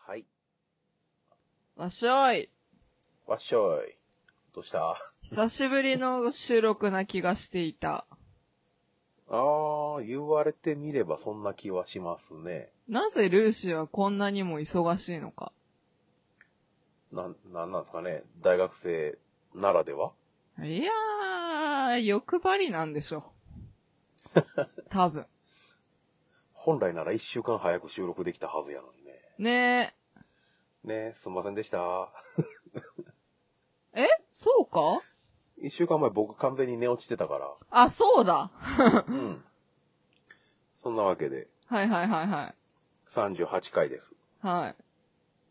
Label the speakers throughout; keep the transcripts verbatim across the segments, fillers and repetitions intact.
Speaker 1: はい。
Speaker 2: わっしょい。
Speaker 1: わっしょい。どうした？
Speaker 2: 久しぶりの収録な気がしていた。
Speaker 1: あー、言われてみればそんな気はしますね。
Speaker 2: なぜルーシーはこんなにも忙しいのか。
Speaker 1: な、なんなんですかね。大学生ならでは？
Speaker 2: いやー、欲張りなんでしょ。多分。
Speaker 1: 本来なら一週間早く収録できたはずやのにね。
Speaker 2: ね
Speaker 1: ねえ、すんませんでした。
Speaker 2: え。えそうか？
Speaker 1: 一週間前僕完全に寝落ちてたから。
Speaker 2: あ、そうだ。
Speaker 1: うん。そんなわけで。
Speaker 2: はいはいはいはい。
Speaker 1: さんじゅうはちかいです。
Speaker 2: はい。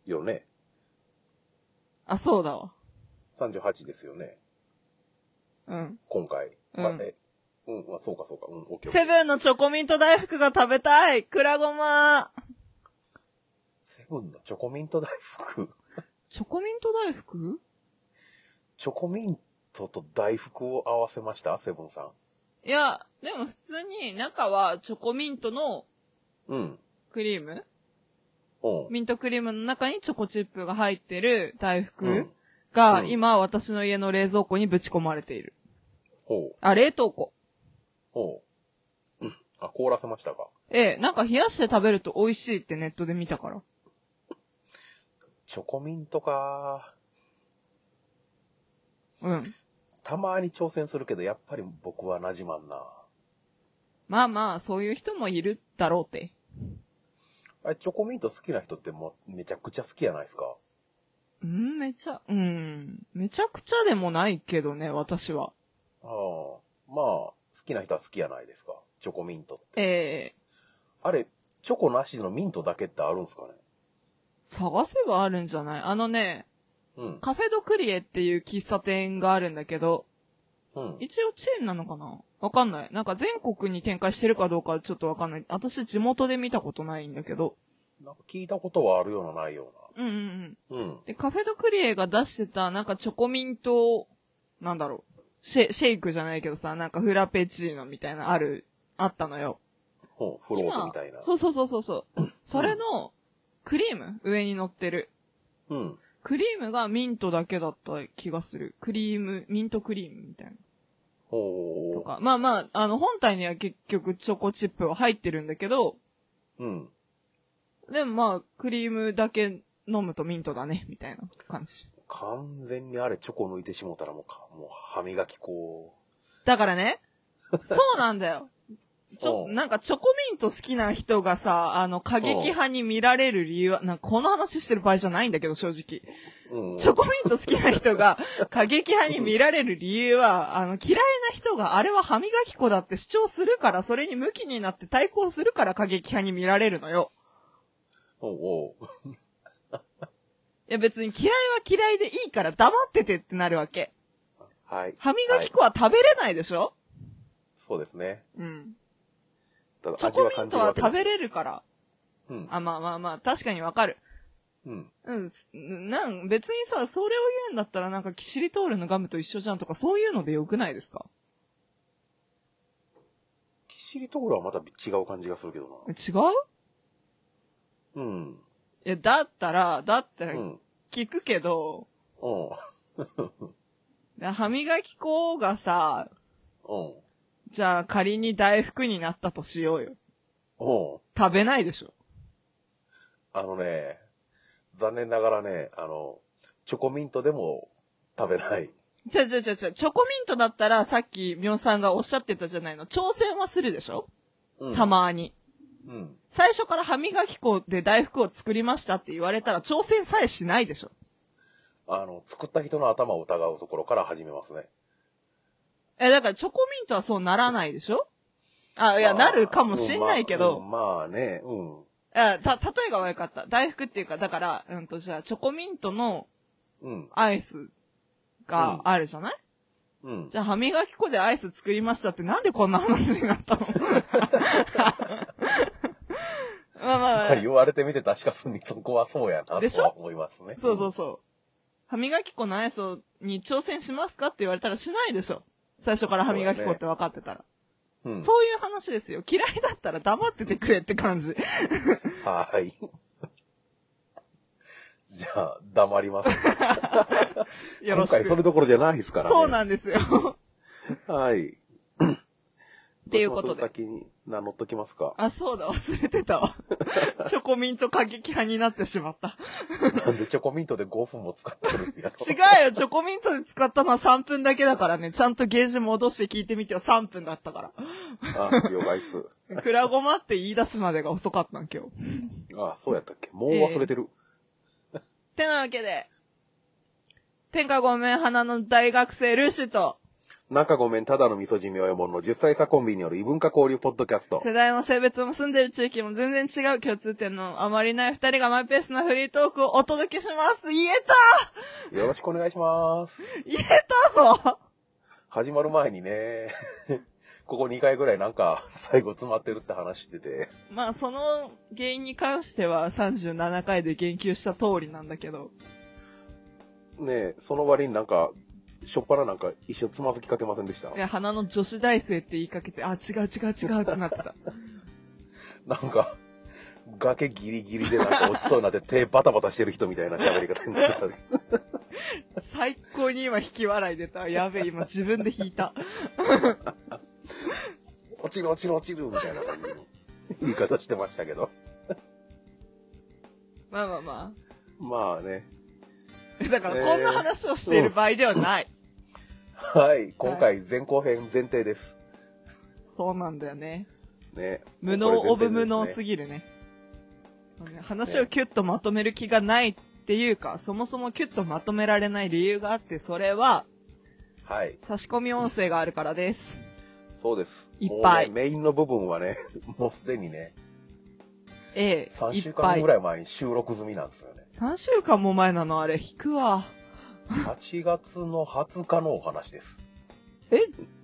Speaker 1: よね。
Speaker 2: あ、そうだわ。
Speaker 1: さんじゅうはちですよね。
Speaker 2: うん。
Speaker 1: 今回。
Speaker 2: うん。
Speaker 1: まあ、え、うん、まあ、そうかそうか。うん、オッケーオッケー。
Speaker 2: セブンのチョコミント大福が食べたい。くらごま。
Speaker 1: セブンのチョコミント大福
Speaker 2: チョコミント大福？
Speaker 1: チョコミントと大福を合わせましたセブンさん。
Speaker 2: いや、でも普通に中はチョコミントの
Speaker 1: うん。
Speaker 2: クリーム、
Speaker 1: うん。
Speaker 2: ミントクリームの中にチョコチップが入ってる大
Speaker 1: う
Speaker 2: 福
Speaker 1: ん
Speaker 2: が、
Speaker 1: うん
Speaker 2: 今私の家の冷蔵庫にぶち込まれている。
Speaker 1: ほう。
Speaker 2: あ、冷凍庫。
Speaker 1: ほう。うん。あ、凍らせましたか。
Speaker 2: ええ、なんか冷やして食べると美味しいってネットで見たから。
Speaker 1: チョコミントか。
Speaker 2: うん。
Speaker 1: たまに挑戦するけど、やっぱり僕は馴染まんな。
Speaker 2: まあまあ、そういう人もいるだろうって。
Speaker 1: あれ、チョコミント好きな人ってもうめちゃくちゃ好きやないですか。
Speaker 2: うん、めちゃ、うん。めちゃくちゃでもないけどね、私は。
Speaker 1: ああ。まあ、好きな人は好きやないですか。チョコミントって。
Speaker 2: ええ、
Speaker 1: あれ、チョコなしのミントだけってあるんすかね。
Speaker 2: 探せばあるんじゃない？あのね、
Speaker 1: うん。
Speaker 2: カフェドクリエっていう喫茶店があるんだけど、
Speaker 1: うん。
Speaker 2: 一応チェーンなのかな？わかんない。なんか全国に展開してるかどうかはちょっとわかんない。私地元で見たことないんだけど。
Speaker 1: なんか聞いたことはあるようなないよ
Speaker 2: うんうん
Speaker 1: うな。うん。
Speaker 2: うん。で、カフェドクリエが出してたなんかチョコミント、なんだろう。シェ、シェイクじゃないけどさ、なんかフラペチーノみたいなある、あったのよ。
Speaker 1: ほう、フロートみたいな。
Speaker 2: そうそうそうそうそう。それの、クリーム上に乗ってる。
Speaker 1: うん。
Speaker 2: クリームがミントだけだった気がする。クリーム、ミントクリームみたいな。
Speaker 1: ほう。
Speaker 2: とか。まあまあ、あの、本体には結局チョコチップは入ってるんだけど、
Speaker 1: うん。
Speaker 2: でもまあ、クリームだけ飲むとミントだね、みたいな感じ。
Speaker 1: 完全にあれチョコ抜いてしもたらもうか、もう歯磨き粉。
Speaker 2: だからね、そうなんだよ。ちょ、
Speaker 1: うん
Speaker 2: なんかチョコミント好きな人がさ、あの、過激派に見られる理由は、なんかこの話してる場合じゃないんだけど、正直。
Speaker 1: うん。
Speaker 2: チョコミント好きな人が過激派に見られる理由は、あの、嫌いな人があれは歯磨き粉だって主張するから、それに向きになって対抗するから過激派に見られるのよ。
Speaker 1: おうおう。
Speaker 2: いや別に嫌いは嫌いでいいから黙っててってなるわけ。
Speaker 1: はい。
Speaker 2: 歯磨き粉は食べれないでしょ、はい、
Speaker 1: そうですね。
Speaker 2: うん。
Speaker 1: ただ
Speaker 2: チョコミントは食べれるから。
Speaker 1: うん。
Speaker 2: あ、まあまあまあ、確かにわかる。
Speaker 1: うん。
Speaker 2: うん。なん、別にさ、それを言うんだったらなんかキシリトールのガムと一緒じゃんとかそういうのでよくないですか？
Speaker 1: キシリトールはまた違う感じがするけどな。
Speaker 2: 違
Speaker 1: う
Speaker 2: う？
Speaker 1: ん。
Speaker 2: いや、だったら、だったら、
Speaker 1: うん。
Speaker 2: 聞くけど、
Speaker 1: うん。
Speaker 2: 歯磨き粉がさ、
Speaker 1: うん。
Speaker 2: じゃあ仮に大福になったとしようよ。
Speaker 1: うん。
Speaker 2: 食べないでしょ。
Speaker 1: あのね、残念ながらね、あの、チョコミントでも食べない。
Speaker 2: ちゃちゃちゃちゃ、チョコミントだったらさっきみょんさんがおっしゃってたじゃないの。挑戦はするでしょ、うん、たまに。うん。最初から歯磨き粉で大福を作りましたって言われたら挑戦さえしないでしょ。
Speaker 1: あの、作った人の頭を疑うところから始めますね。
Speaker 2: え、だからチョコミントはそうならないでしょ。あ、いや、なるかもしんないけど。
Speaker 1: うん、まあ、うん、まあね、うん。
Speaker 2: あ、た、例えが悪かった。大福っていうか、だから、うんと、じゃあ、チョコミントの、
Speaker 1: うん。
Speaker 2: アイスがあるじゃない、うん、じゃあ、歯磨き粉でアイス作りましたってなんでこんな話になったのまあまあ。
Speaker 1: 言われてみて確かにそこはそうやなとは思いますね。
Speaker 2: そうそうそう。歯磨き粉のアイスに挑戦しますかって言われたらしないでしょ。最初から歯磨き粉って分かってたら。そう、ねうん、そういう話ですよ。嫌いだったら黙っててくれって感じ。
Speaker 1: はい。 じゃあ、黙ります。
Speaker 2: よろしく。
Speaker 1: 今回それどころじゃないですからね。
Speaker 2: そうなんですよ。
Speaker 1: はい。
Speaker 2: っていうことで。
Speaker 1: 先に名乗っときますか。
Speaker 2: あ、そうだ、忘れてたわ。チョコミント過激派になってしまった。
Speaker 1: なんでチョコミントでごふんも使ってるんやろ。
Speaker 2: 違うよ、チョコミントで使ったのはさんぷんだけだからね。ちゃんとゲージ戻して聞いてみてよ、さんぷんだったから。
Speaker 1: あ、了解っす。
Speaker 2: クラゴマって言い出すまでが遅かったん、今日。
Speaker 1: あ、そうやったっけ。もう忘れてる。
Speaker 2: えー、てなわけで、天下ごめん花の大学生ルーシーと、
Speaker 1: なんかごめん、ただの味噌汁親もんのじゅっさい差コンビによる異文化交流ポッドキャスト。
Speaker 2: 世代も性別も住んでる地域も全然違う共通点のあまりない二人がマイペースなフリートークをお届けします。言え
Speaker 1: たよろしくお願いします。
Speaker 2: 言えたぞ
Speaker 1: 始まる前にね、ここにかいぐらいなんか最後詰まってるって話してて。
Speaker 2: まあその原因に関してはさんじゅうななかいで言及した通りなんだけど。
Speaker 1: ねえ、その割になんか、しょっぱななんか一瞬つまずきかけませんでした？
Speaker 2: いや、花の女子大生って言いかけて、あ、違う違う違うってなってた。
Speaker 1: なんか、崖ギリギリでなんか落ちそうになって手バタバタしてる人みたいな喋り方になって
Speaker 2: た。最高に今引き笑い出た。やべえ、今自分で引いた。
Speaker 1: 落ちる落ちる落ちるみたいな感じの言い方してましたけど。
Speaker 2: まあまあま
Speaker 1: あ。まあね。
Speaker 2: だからこんな話をしている場合ではない。
Speaker 1: うん、はい、今回前後編前提です。
Speaker 2: そうなんだよね。
Speaker 1: ね。
Speaker 2: 無能オブ無能すぎるね。話をキュッとまとめる気がないっていうか、ね、そもそもキュッとまとめられない理由があって、それは、
Speaker 1: はい。
Speaker 2: 差し込み音声があるからです。
Speaker 1: そうです。
Speaker 2: いっぱい。
Speaker 1: もうね、メインの部分はね、もうすでにね、
Speaker 2: ええ。
Speaker 1: さんしゅうかんぐらい前に収録済みなんですよね。
Speaker 2: さんしゅうかんも前なのあれ、引くわ。
Speaker 1: はちがつのはつかのお話です。
Speaker 2: え ?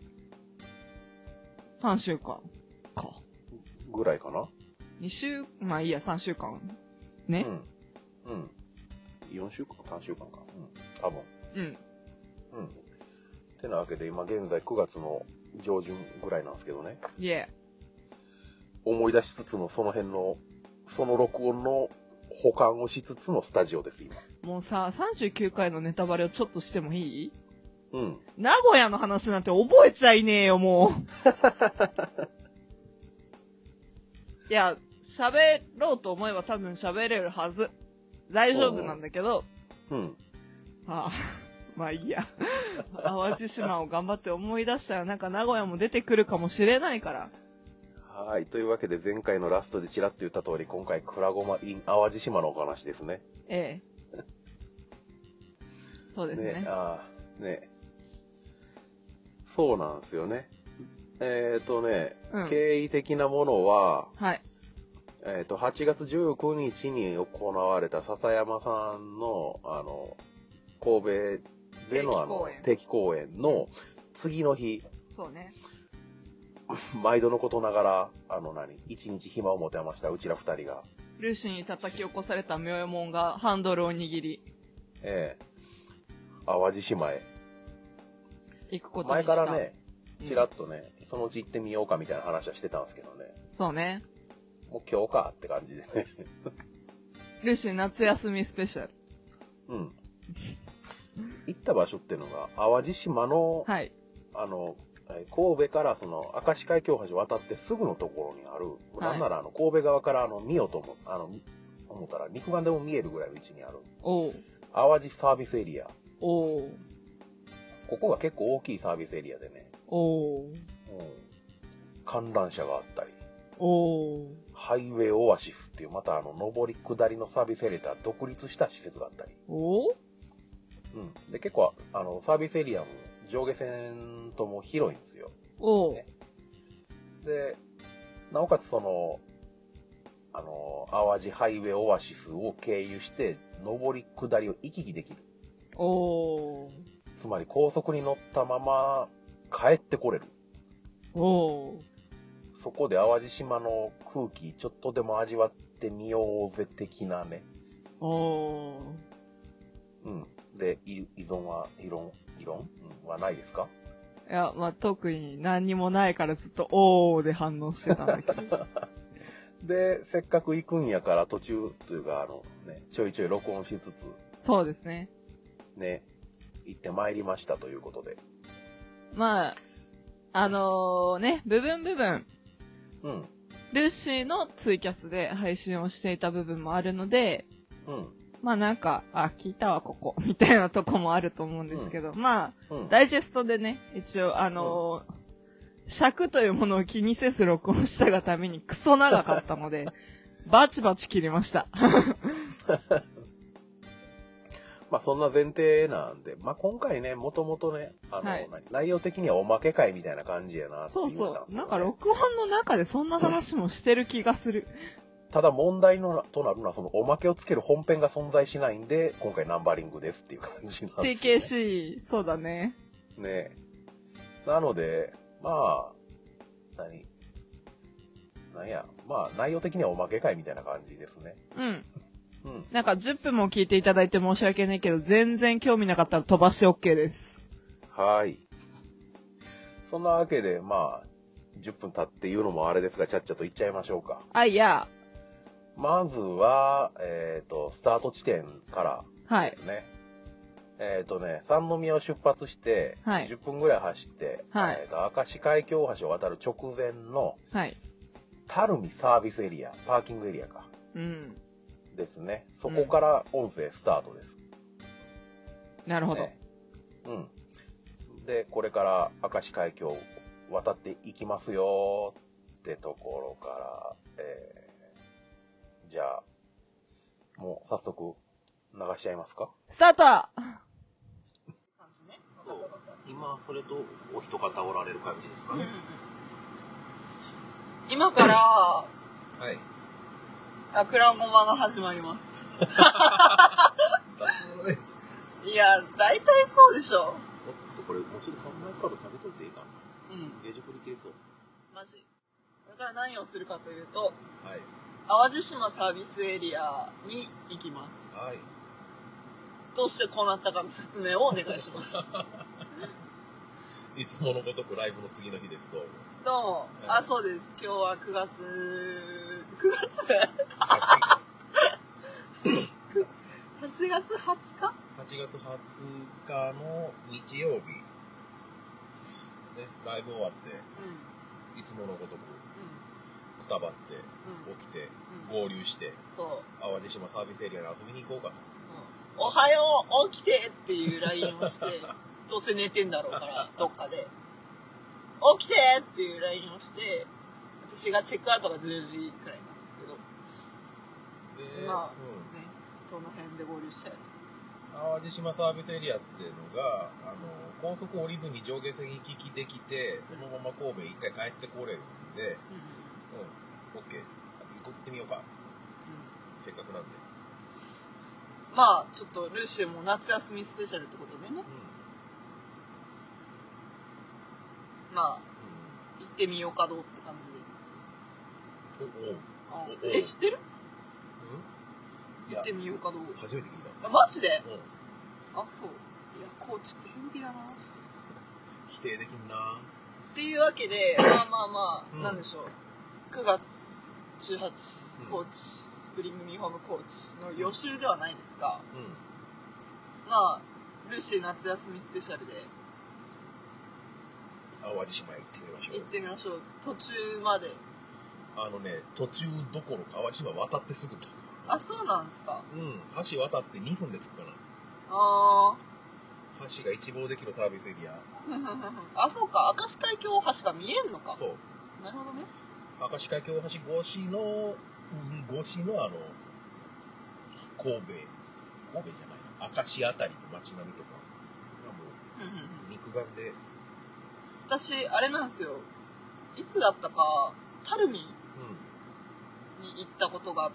Speaker 2: さん 週間か。
Speaker 1: ぐらいかな ?
Speaker 2: に 週、まあいいや、さんしゅうかん。ね。
Speaker 1: うん。うん。よんしゅうかん ?さん 週間か。うん。多分。
Speaker 2: うん。
Speaker 1: うん。てなわけで、今現在くがつの上旬ぐらいなんですけどね。
Speaker 2: いえ。
Speaker 1: 思い出しつつのその辺の、その録音の保管をしつつのスタジオです、今。
Speaker 2: もうさ、さんじゅうきゅうかいのネタバレをちょっとしてもいい？
Speaker 1: うん。
Speaker 2: 名古屋の話なんて覚えちゃいねえよ、もう。いや、喋ろうと思えば多分喋れるはず。大丈夫なんだけど。
Speaker 1: うん。
Speaker 2: ああ、まあいいや。淡路島を頑張って思い出したらなんか名古屋も出てくるかもしれないから。
Speaker 1: はい。というわけで前回のラストでちらっと言った通り、今回クラゴマ in 淡路島のお話ですね。
Speaker 2: ええ。そうですね。
Speaker 1: ね、ああ、ね。そうなんですよね。えっ、ー、とね、うん、経緯的なものは、
Speaker 2: はい。
Speaker 1: えっ、ー、と、はちがつじゅうくにちに行われた笹山さんの、あの、神戸でのあの、定期公演の次の日。
Speaker 2: そうね。
Speaker 1: 毎度のことながら、あの何、一日暇を持て余したうちら二人が。
Speaker 2: ルーシーに叩き起こされた妙右衛門がハンドルを握り。
Speaker 1: ええ。淡路島へ。
Speaker 2: 行くことにした。
Speaker 1: 前からね、ちらっとね、うん、そのうち行ってみようかみたいな話はしてたんですけどね。
Speaker 2: そうね。
Speaker 1: もう今日かって感じでね。
Speaker 2: ルーシー夏休みスペシャル。
Speaker 1: うん。行った場所っていうのが、淡路島の、
Speaker 2: はい。
Speaker 1: あの、神戸からその明石海峡橋渡ってすぐのところにある、はい、なんならあの神戸側からあの見ようと思あの思ったら肉眼でも見えるぐらいの位置にある
Speaker 2: お
Speaker 1: 淡路サービスエリア。
Speaker 2: お
Speaker 1: ここが結構大きいサービスエリアでね。
Speaker 2: お、うん、
Speaker 1: 観覧車があったり、
Speaker 2: お
Speaker 1: ハイウェイオアシスっていうまたあの上り下りのサービスエリアとは独立した施設があったり、
Speaker 2: お、
Speaker 1: うん、で結構あのサービスエリアも上下線とも広いんですよ。
Speaker 2: お、
Speaker 1: ね、で、なおかつその、あの、淡路ハイウェイオアシスを経由して、上り下りを行き来できる。
Speaker 2: お、
Speaker 1: つまり高速に乗ったまま帰ってこれる。
Speaker 2: お、そ
Speaker 1: こで淡路島の空気ちょっとでも味わってみようぜ的なね。
Speaker 2: お、
Speaker 1: うん。で、依存は、異論異論、うん、はないですか？
Speaker 2: いや、まあ、特に何にもないからずっと、おーで反応してたんだけど。
Speaker 1: で、せっかく行くんやから途中というか、あのね、ちょいちょい録音しつつ。
Speaker 2: そうですね。
Speaker 1: ね、行ってまいりましたということで。
Speaker 2: まあ、あのー、ね、部分部分。
Speaker 1: うん。
Speaker 2: ルーシーのツイキャスで配信をしていた部分もあるので、
Speaker 1: うん。
Speaker 2: まあなんか、あ、聞いたわ、ここ、みたいなとこもあると思うんですけど、うん、まあ、うん、ダイジェストでね、一応、あのーうん、尺というものを気にせず録音したがためにクソ長かったので、バチバチ切りました。
Speaker 1: まあそんな前提なんで、まあ今回ね、もともとね、あの、はい、内容的にはおまけ会みたいな感じやなっていう、ね。
Speaker 2: そうそう。なんか録音の中でそんな話もしてる気がする。
Speaker 1: ただ問題のとなるのは、そのおまけをつける本編が存在しないんで、今回ナンバリングですっていう感じなんですよ、ね。
Speaker 2: ティーケーシー、そうだね。
Speaker 1: ねなので、まあ、何なんや、まあ内容的にはおまけ会みたいな感じですね。
Speaker 2: うん。うん、なんかじゅっぷんも聞いていただいて申し訳ないけど、全然興味なかったら飛ばして OK です。
Speaker 1: はい。そんなわけで、まあ、じゅっぷん経って言うのもあれですが、ちゃっちゃと言っちゃいましょうか。
Speaker 2: あ、いや。
Speaker 1: まずは、えっと、スタート地点からですね。はい、えっとね、三宮を出発して、じゅっぷんぐらい走って、はい、えっと、明石海峡大橋を渡る直前の、はい、垂水サービスエリア、パーキングエリアか。うん。ですね。そこから音声スタートです。
Speaker 2: うん、なるほど、
Speaker 1: ね。うん。で、これから明石海峡を渡っていきますよってところから、えー、じゃあ、もう早速流しちゃいますか？
Speaker 2: スタート。
Speaker 1: そう。今、それとお一方おられる感じですかね。
Speaker 2: うん、今から、は
Speaker 1: い。
Speaker 2: あ、クランゴマが始まります。いや、大体そうでしょ。
Speaker 1: おっと、これ、もうちょっと考えカード下げといていいかな。うん。ゲージ振り切れそう。
Speaker 2: マジ。これから何をするかというと、
Speaker 1: はい。
Speaker 2: 淡路島サービスエリアに行きます。はい。どうしてこうなったかの説明をお願いします。
Speaker 1: いつものごとくライブの次の日です。どうも。
Speaker 2: どうも。はい、あ、そうです。今日はくがつ、くがつはちがつはつか ?は
Speaker 1: ちがつはつかの日曜日。ね、ライブ終わって、うん、いつものごとく、くたばって、うん、起きて、うん、合流して、そう。淡路島サービスエリアに遊びに行こうかと。
Speaker 2: おはよう、起きてっていう ライン をして、どうせ寝てんだろうから、どっかで。起きてっていう ライン をして、私がチェックアウトがじゅうじくらいなんですけど。で、まあ、うん、ね、その辺で合流したよね。
Speaker 1: 淡路島サービスエリアっていうのが、あの、高速降りずに上下線行き来できて、そのまま神戸一回帰ってこれるんで、うん、うん、オッケー。行ってみようか。うん、せっかくなんで。
Speaker 2: まあ、ちょっとルーシーも夏休みスペシャルってことでね。うん、まあ、うん、行ってみようかどうって感じで。おおおおえ、知ってる？うん、行ってみようかどう。
Speaker 1: 初めて聞いた。
Speaker 2: あ、マジで？うん、あ、そう。いや、コーチって偏僻だな。
Speaker 1: 否定できんな。
Speaker 2: っていうわけで、まあまあまあ、うん、なんでしょう。くがつじゅうはち、うん、コーチ。スプリングミーホームコーチの予習ではないですが、うん、まあルーシー夏休みスペシャルで
Speaker 1: 淡路島へ行ってみましょう。
Speaker 2: 行ってみましょう。途中まで
Speaker 1: あのね、途中どころか淡路島渡ってすぐと。
Speaker 2: あ、そうなんですか。
Speaker 1: うん、橋渡ってにふんで着くかな。
Speaker 2: あ
Speaker 1: ー、橋が一望できるサービスエリア。
Speaker 2: あ、そうか、明石海峡大橋が見えんのか。
Speaker 1: そう、
Speaker 2: なるほどね。
Speaker 1: 明石海峡大橋越しの越しのあの神戸神戸じゃないな、明石あたりの街並みとかがもう肉眼で。
Speaker 2: 私あれなんですよ、いつだったか垂水に行ったことがあって、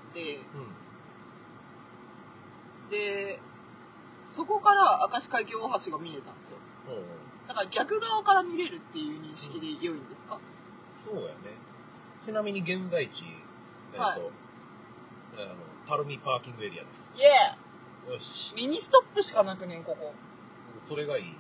Speaker 2: うん、でそこから明石海峡大橋が見えたんですよ。うんうん、だから逆側から見れるっていう認識で良いんですか？
Speaker 1: うん、そうやね。ちなみに現在地、えっと、はい、あの垂水パーキングエリアです。
Speaker 2: イエー。よし。ミニストップしかなくねん、ここ。
Speaker 1: それがいい。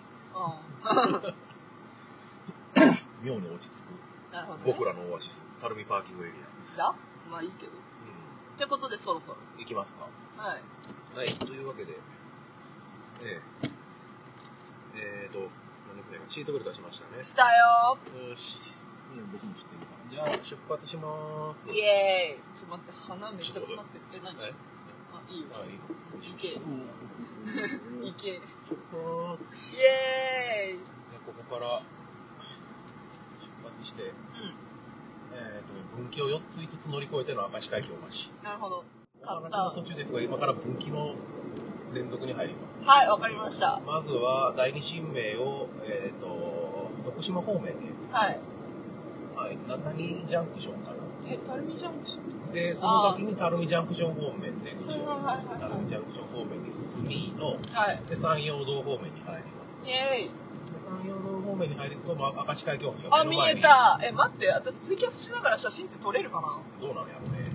Speaker 1: 妙に落ち着く。なるほど、ね、僕らのオアシス、垂水パーキングエリア。
Speaker 2: だ？ まあいいけど。うん。ってことでそろそろ。
Speaker 1: 行きますか。
Speaker 2: はい。
Speaker 1: はい、というわけで、えええーと、何ですね、シートベルトしましたね。
Speaker 2: したよ
Speaker 1: ー。よし。いや、僕も知ってるから。じゃあ、出発しまーす。
Speaker 2: イエーイ。ちょっと待って、鼻めっちゃ詰まってる。え、何？えあ、いいよ。
Speaker 1: あ、いいの。
Speaker 2: いけ。いけ。
Speaker 1: 出発。
Speaker 2: イエーイ。
Speaker 1: で、ここから出発して、うん、えーと、分岐をよっついつつ乗り越えての明石海峡橋。
Speaker 2: なるほど。
Speaker 1: お話の途中ですが、今から分岐の連続に入ります。
Speaker 2: はい、わかりました。
Speaker 1: まずは、第二神明を、えーと、徳島方面へ。
Speaker 2: はい。
Speaker 1: はい、中谷ジャンクションかな。
Speaker 2: え、垂水ジャンクション
Speaker 1: で、その先に垂水ジャンクション方面で口を垂水ジャンクション方面に進みの、はい、で、山陽道方面に入ります。
Speaker 2: イェーイ。
Speaker 1: 山陽道方面に入ると、まあ、明石海峡橋
Speaker 2: が目の前に。あ、見えた。え、待って、私ツイキャスしながら写真って撮れるかな？
Speaker 1: どうなのやろね。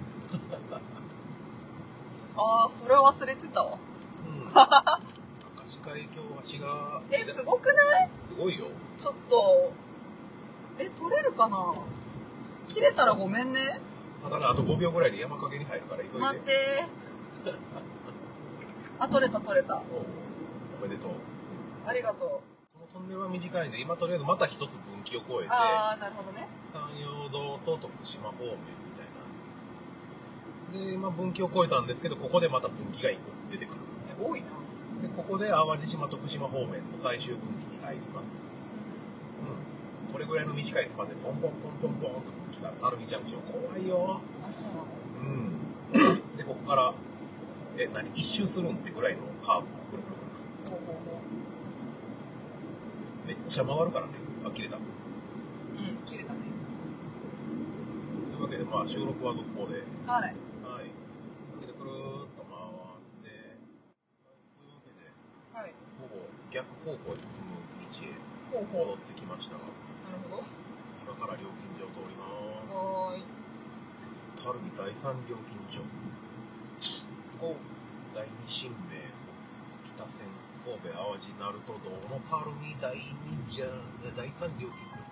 Speaker 2: あー、それ忘れてたわ。
Speaker 1: うん。明石海峡橋が。
Speaker 2: え、すごくない？
Speaker 1: すごいよ。
Speaker 2: ちょっと、え、撮れるかな？切れたらごめんね。
Speaker 1: ただね、あとごびょうぐらいで山陰に入るから急いで。
Speaker 2: 待って。あ、撮れた撮れた。
Speaker 1: おめでとう。
Speaker 2: ありがとう。
Speaker 1: このトンネルは短いんで、今とりあえずまた一つ分岐を越えて。
Speaker 2: あー、なるほどね。
Speaker 1: 山陽道と徳島方面みたいな。で、今分岐を越えたんですけど、ここでまた分岐がいっこ出てくる。
Speaker 2: え、多いな。
Speaker 1: で、ここで淡路島徳島方面の最終分岐に入ります。うん。これぐらいの短いスパンでポンポンポンポンポンと分岐が垂水ジャンクション怖いよ。
Speaker 2: あ、そうなの？
Speaker 1: うん。で、ここから、え、何一周するんってぐらいのカーブをくるくるくる。ほうほうほう。めっちゃ回るからね。あ、切れた。うん、
Speaker 2: 切れたね。
Speaker 1: というわけで、まあ、収録はここで。
Speaker 2: はい。
Speaker 1: はい。で、くるーっと回って、そういうわけで、はい。ほぼ逆方向へ進む道へ戻ってきましたが。
Speaker 2: なるほど。
Speaker 1: 今から料金所を通ります。
Speaker 2: はーい。
Speaker 1: 垂水第三料金所。お第二神明北線神戸淡路鳴門道の垂水第二じゃ第三料金所。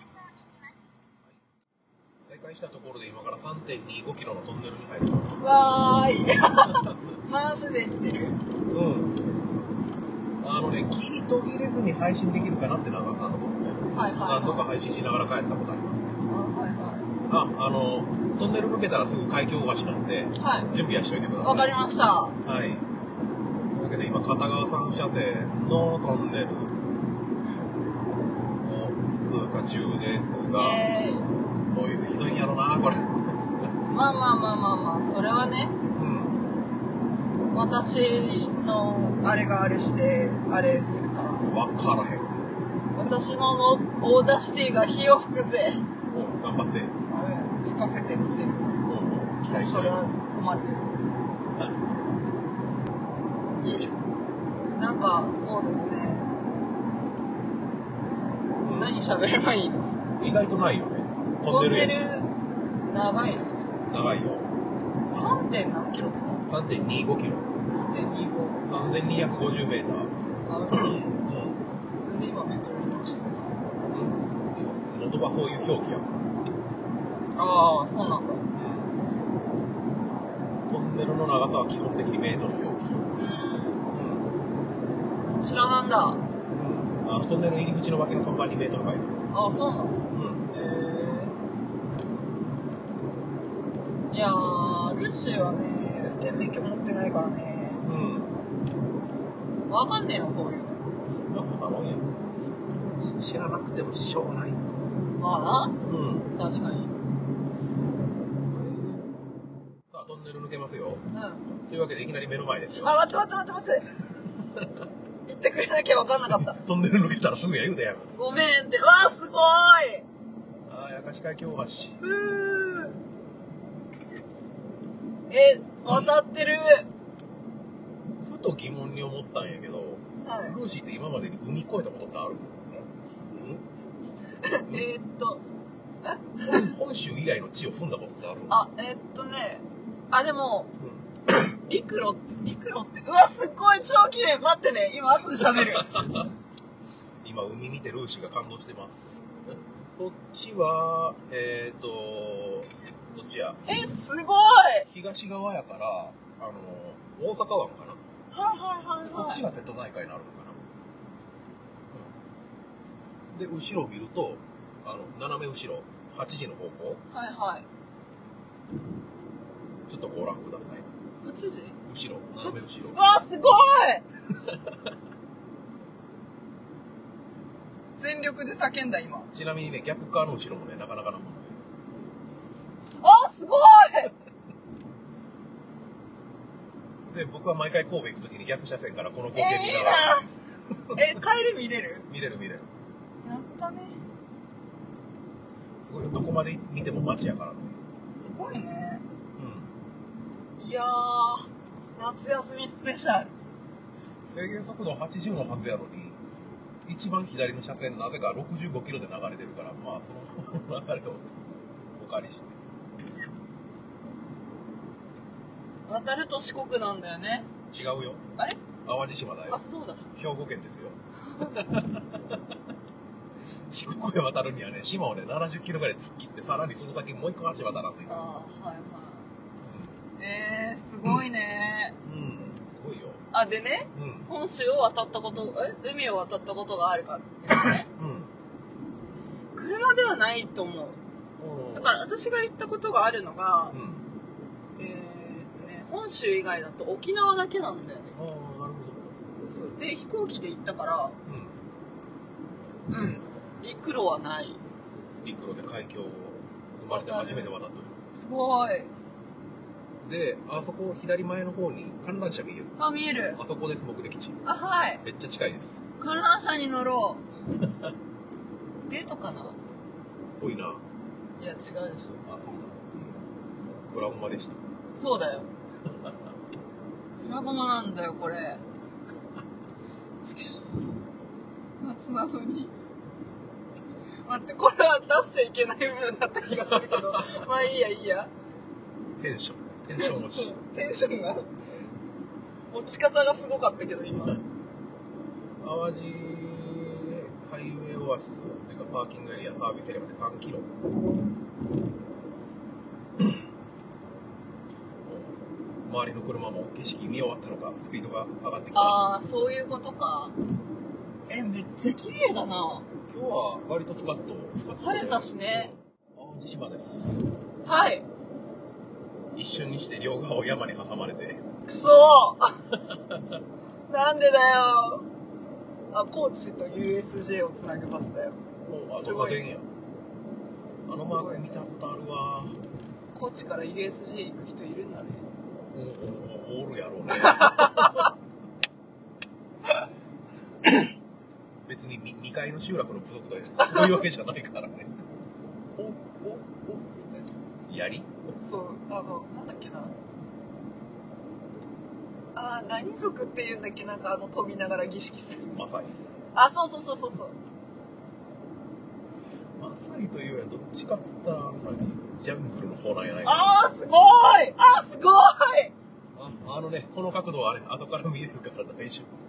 Speaker 1: 再開したところで今から さんてんにじゅうごキロのトンネルに入る。
Speaker 2: わーい。マジで行ってる。
Speaker 1: うん。あのね、切り途切れずに配信できるかなって長さのところね。はいはい、はい。何度か配信しながら帰ったことありますけど。あ、はいはい。あ、あの、トンネル抜けたらすぐ海峡橋なんで、はい、準備はしといてください。
Speaker 2: わかりました。
Speaker 1: はい。だけど今、片側さん車線のトンネルを通過中ですが、えー、ノイズひどいんやろな、これ。
Speaker 2: まあまあまあまあまあ、それはね。うん。私のあれがあれして、あれするから。
Speaker 1: わからへん。
Speaker 2: 私のオーダーシティが火を吹くぜ。
Speaker 1: お、頑張って。
Speaker 2: 吹かせてみせるさ。うん。ちょっとそれは困るけど。
Speaker 1: はい。よいしょ。
Speaker 2: なんか、そうですね。うん、何喋ればいいの？
Speaker 1: 意外とないよね。トンネルやし。
Speaker 2: トンネル、長いの？
Speaker 1: 長いよ。
Speaker 2: さん. 点何キロっつったの？
Speaker 1: さんてんにじゅうご キロ。
Speaker 2: さんてんにじゅうご。
Speaker 1: さんぜんにひゃくごじゅうメーター。
Speaker 2: あ、うん。なんで今メトロに押したの？
Speaker 1: うん。元はそういう表記や。
Speaker 2: ああ、そうなんだ。
Speaker 1: トンネルの長さは基本的にメートル表記。
Speaker 2: うん。知らなんだ。うん。
Speaker 1: あのトンネル入り口の脇の看板にメートル書いてる。
Speaker 2: ああ、そうなの？うん。へえ。いやー、ルーシーはね、運転免許持ってないからね。うん。わかんねえよ、そういうの。
Speaker 1: まあ、そんなもんや。知らなくてもしょうがない。
Speaker 2: まあな。うん。確かに。
Speaker 1: トンネル抜けますよ。うん。というわけでいきなり目の前ですよ。
Speaker 2: あ、待って待って待って待って。言ってくれなきゃ分かんなかった。
Speaker 1: トンネル抜けたらすぐや言うたやん。
Speaker 2: ごめんって。わー、すごーい。
Speaker 1: あー、明石海峡橋。
Speaker 2: ふー。え、渡ってる。
Speaker 1: ふと疑問に思ったんやけど、はい、ルーシーって今までに海越えたことってある？
Speaker 2: ええっと、
Speaker 1: え本州以外の地を踏んだことってある？
Speaker 2: あ、えー、っとね、あ、でも、うん、陸路って、陸路って、うわ、すっごい超綺麗。待ってね、今後で喋る。
Speaker 1: 今海見てルーシーが感動してます。そっちは、えー、っと、 どっちや？
Speaker 2: え、すごい！
Speaker 1: 東側やから、あの、大阪湾かな。
Speaker 2: はいはいはいはい。
Speaker 1: こっちが瀬戸内海になるのかな。うん、で、後ろを見ると、あの、斜め後ろ、はちじの方向。
Speaker 2: はいはい。
Speaker 1: ちょっとご覧ください。
Speaker 2: はちじ？
Speaker 1: 後ろ、斜め後ろ。
Speaker 2: わあ、すごい全力で叫んだ今。
Speaker 1: ちなみにね、逆側の後ろもね、なかなかなもん。
Speaker 2: あ、すごい
Speaker 1: で、僕は毎回神戸行くときに逆車線からこの光景見な
Speaker 2: がら。えー、いいなえ、帰り見れる？
Speaker 1: 見れる見れる。
Speaker 2: やったね。
Speaker 1: すごいよ。どこまで見ても街やからね。
Speaker 2: すごいね。
Speaker 1: うん。
Speaker 2: いやー、夏休みスペシャル。
Speaker 1: 制限速度はちじゅうのはずやのに、一番左の車線なぜかろくじゅうごキロで流れてるから、まあその流れをお借りして。
Speaker 2: 渡ると四国なんだよね。
Speaker 1: 違うよ。
Speaker 2: あれ？
Speaker 1: 淡路島だよ。
Speaker 2: あ、そうだ。
Speaker 1: 兵庫県ですよ。四国へ渡るにはね、島をね、ななじゅっキロぐらい突っ切って、さらにその先もう一個橋渡らんといけない。
Speaker 2: ああ、はいはい。うん、えー、すごいね。
Speaker 1: うん、すごいよ。
Speaker 2: あ、でね、うん、本州を渡ったこと、え海を渡ったことがあるかですね。うん。車ではないと思う。だから私が行ったことがあるのが、うん、えーとね、本州以外だと沖縄だけなんだよね。
Speaker 1: ああ、なるほど。
Speaker 2: そうそう。で、飛行機で行ったから、うん。うん。陸路はない。
Speaker 1: 陸路で海峡を生まれて初めて渡っております。
Speaker 2: すごい。
Speaker 1: で、あそこ左前の方に観覧車見える。
Speaker 2: あ、見える。
Speaker 1: あそこです、目的地。
Speaker 2: あ、はい。
Speaker 1: めっちゃ近いです。
Speaker 2: 観覧車に乗ろう。デートかな？
Speaker 1: ぽいな。
Speaker 2: いや、違うでしょ。
Speaker 1: あ、そうだ。クラゴマでした。
Speaker 2: そうだよ。クラゴマなんだよ、これ。夏なのに。待って、これは出しちゃいけない部分だった気がするけど。まあいいや、いいや。
Speaker 1: テンション。テンション落ち。
Speaker 2: テンションが。落ち方がすごかったけど、今。淡
Speaker 1: 路ハイウェイオアシスというかパーキングエリアサービスエリアまでさんキロ。周りの車も景色見終わったのかスピードが上がってきた。
Speaker 2: ああ、そういうことか。え、めっちゃ綺麗だな。
Speaker 1: 今日は割とスカッとスカッと
Speaker 2: 晴れたしね。
Speaker 1: 淡路島です。
Speaker 2: はい。
Speaker 1: 一瞬にして両側を山に挟まれて。
Speaker 2: くそーなんでだよ。あ、高知と ユーエスジェー をつなぐバスだよ。
Speaker 1: もうあと家電や。あのマーク見たことあるわ。
Speaker 2: 高知から ユーエスジェー 行く人いるんだね。
Speaker 1: お, お, おるやろうね。別ににかいの集落の部族とそういうわけじゃないからね。おおおやり？
Speaker 2: そう、あの、なんだっけな。あー、何族っていうんだっけ、なんかあの飛びながら儀式する。
Speaker 1: マサイ。
Speaker 2: あ、そうそうそうそうそう。
Speaker 1: マサイというよりどっちかっつったらあんまりジャングルの方なんやないかな。
Speaker 2: あー、すごいあー、すごい
Speaker 1: あ、あのね、この角度はあれ、後から見えるから大丈夫。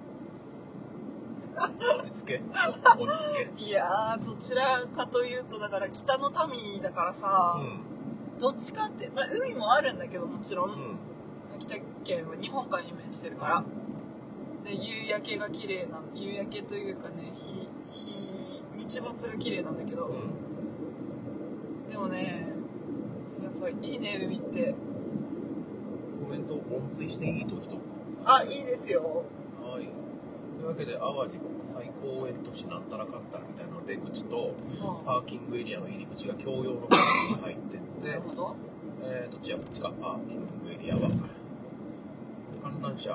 Speaker 1: 落ち着け。落ち着け。
Speaker 2: いやー、どちらかというと、だから北の民だからさ、うん、どっちかって、まあ、海もあるんだけどもちろん、うん、北県は日本海に面してるから、で、夕焼けが綺麗な、夕焼けというかね、日、日、日没が綺麗なんだけど、うん、でもね、やっぱりいいね、海って。
Speaker 1: コメント、音追していいと人。
Speaker 2: あ、いいですよ。
Speaker 1: はい。というわけで、淡路国際公園都市なんたらかんたらみたいな出口と、うん、パーキングエリアの入り口が共用の部分に入ってって、
Speaker 2: なるほど。
Speaker 1: えー、どっちやこっちか、パーキングエリアは。観覧車、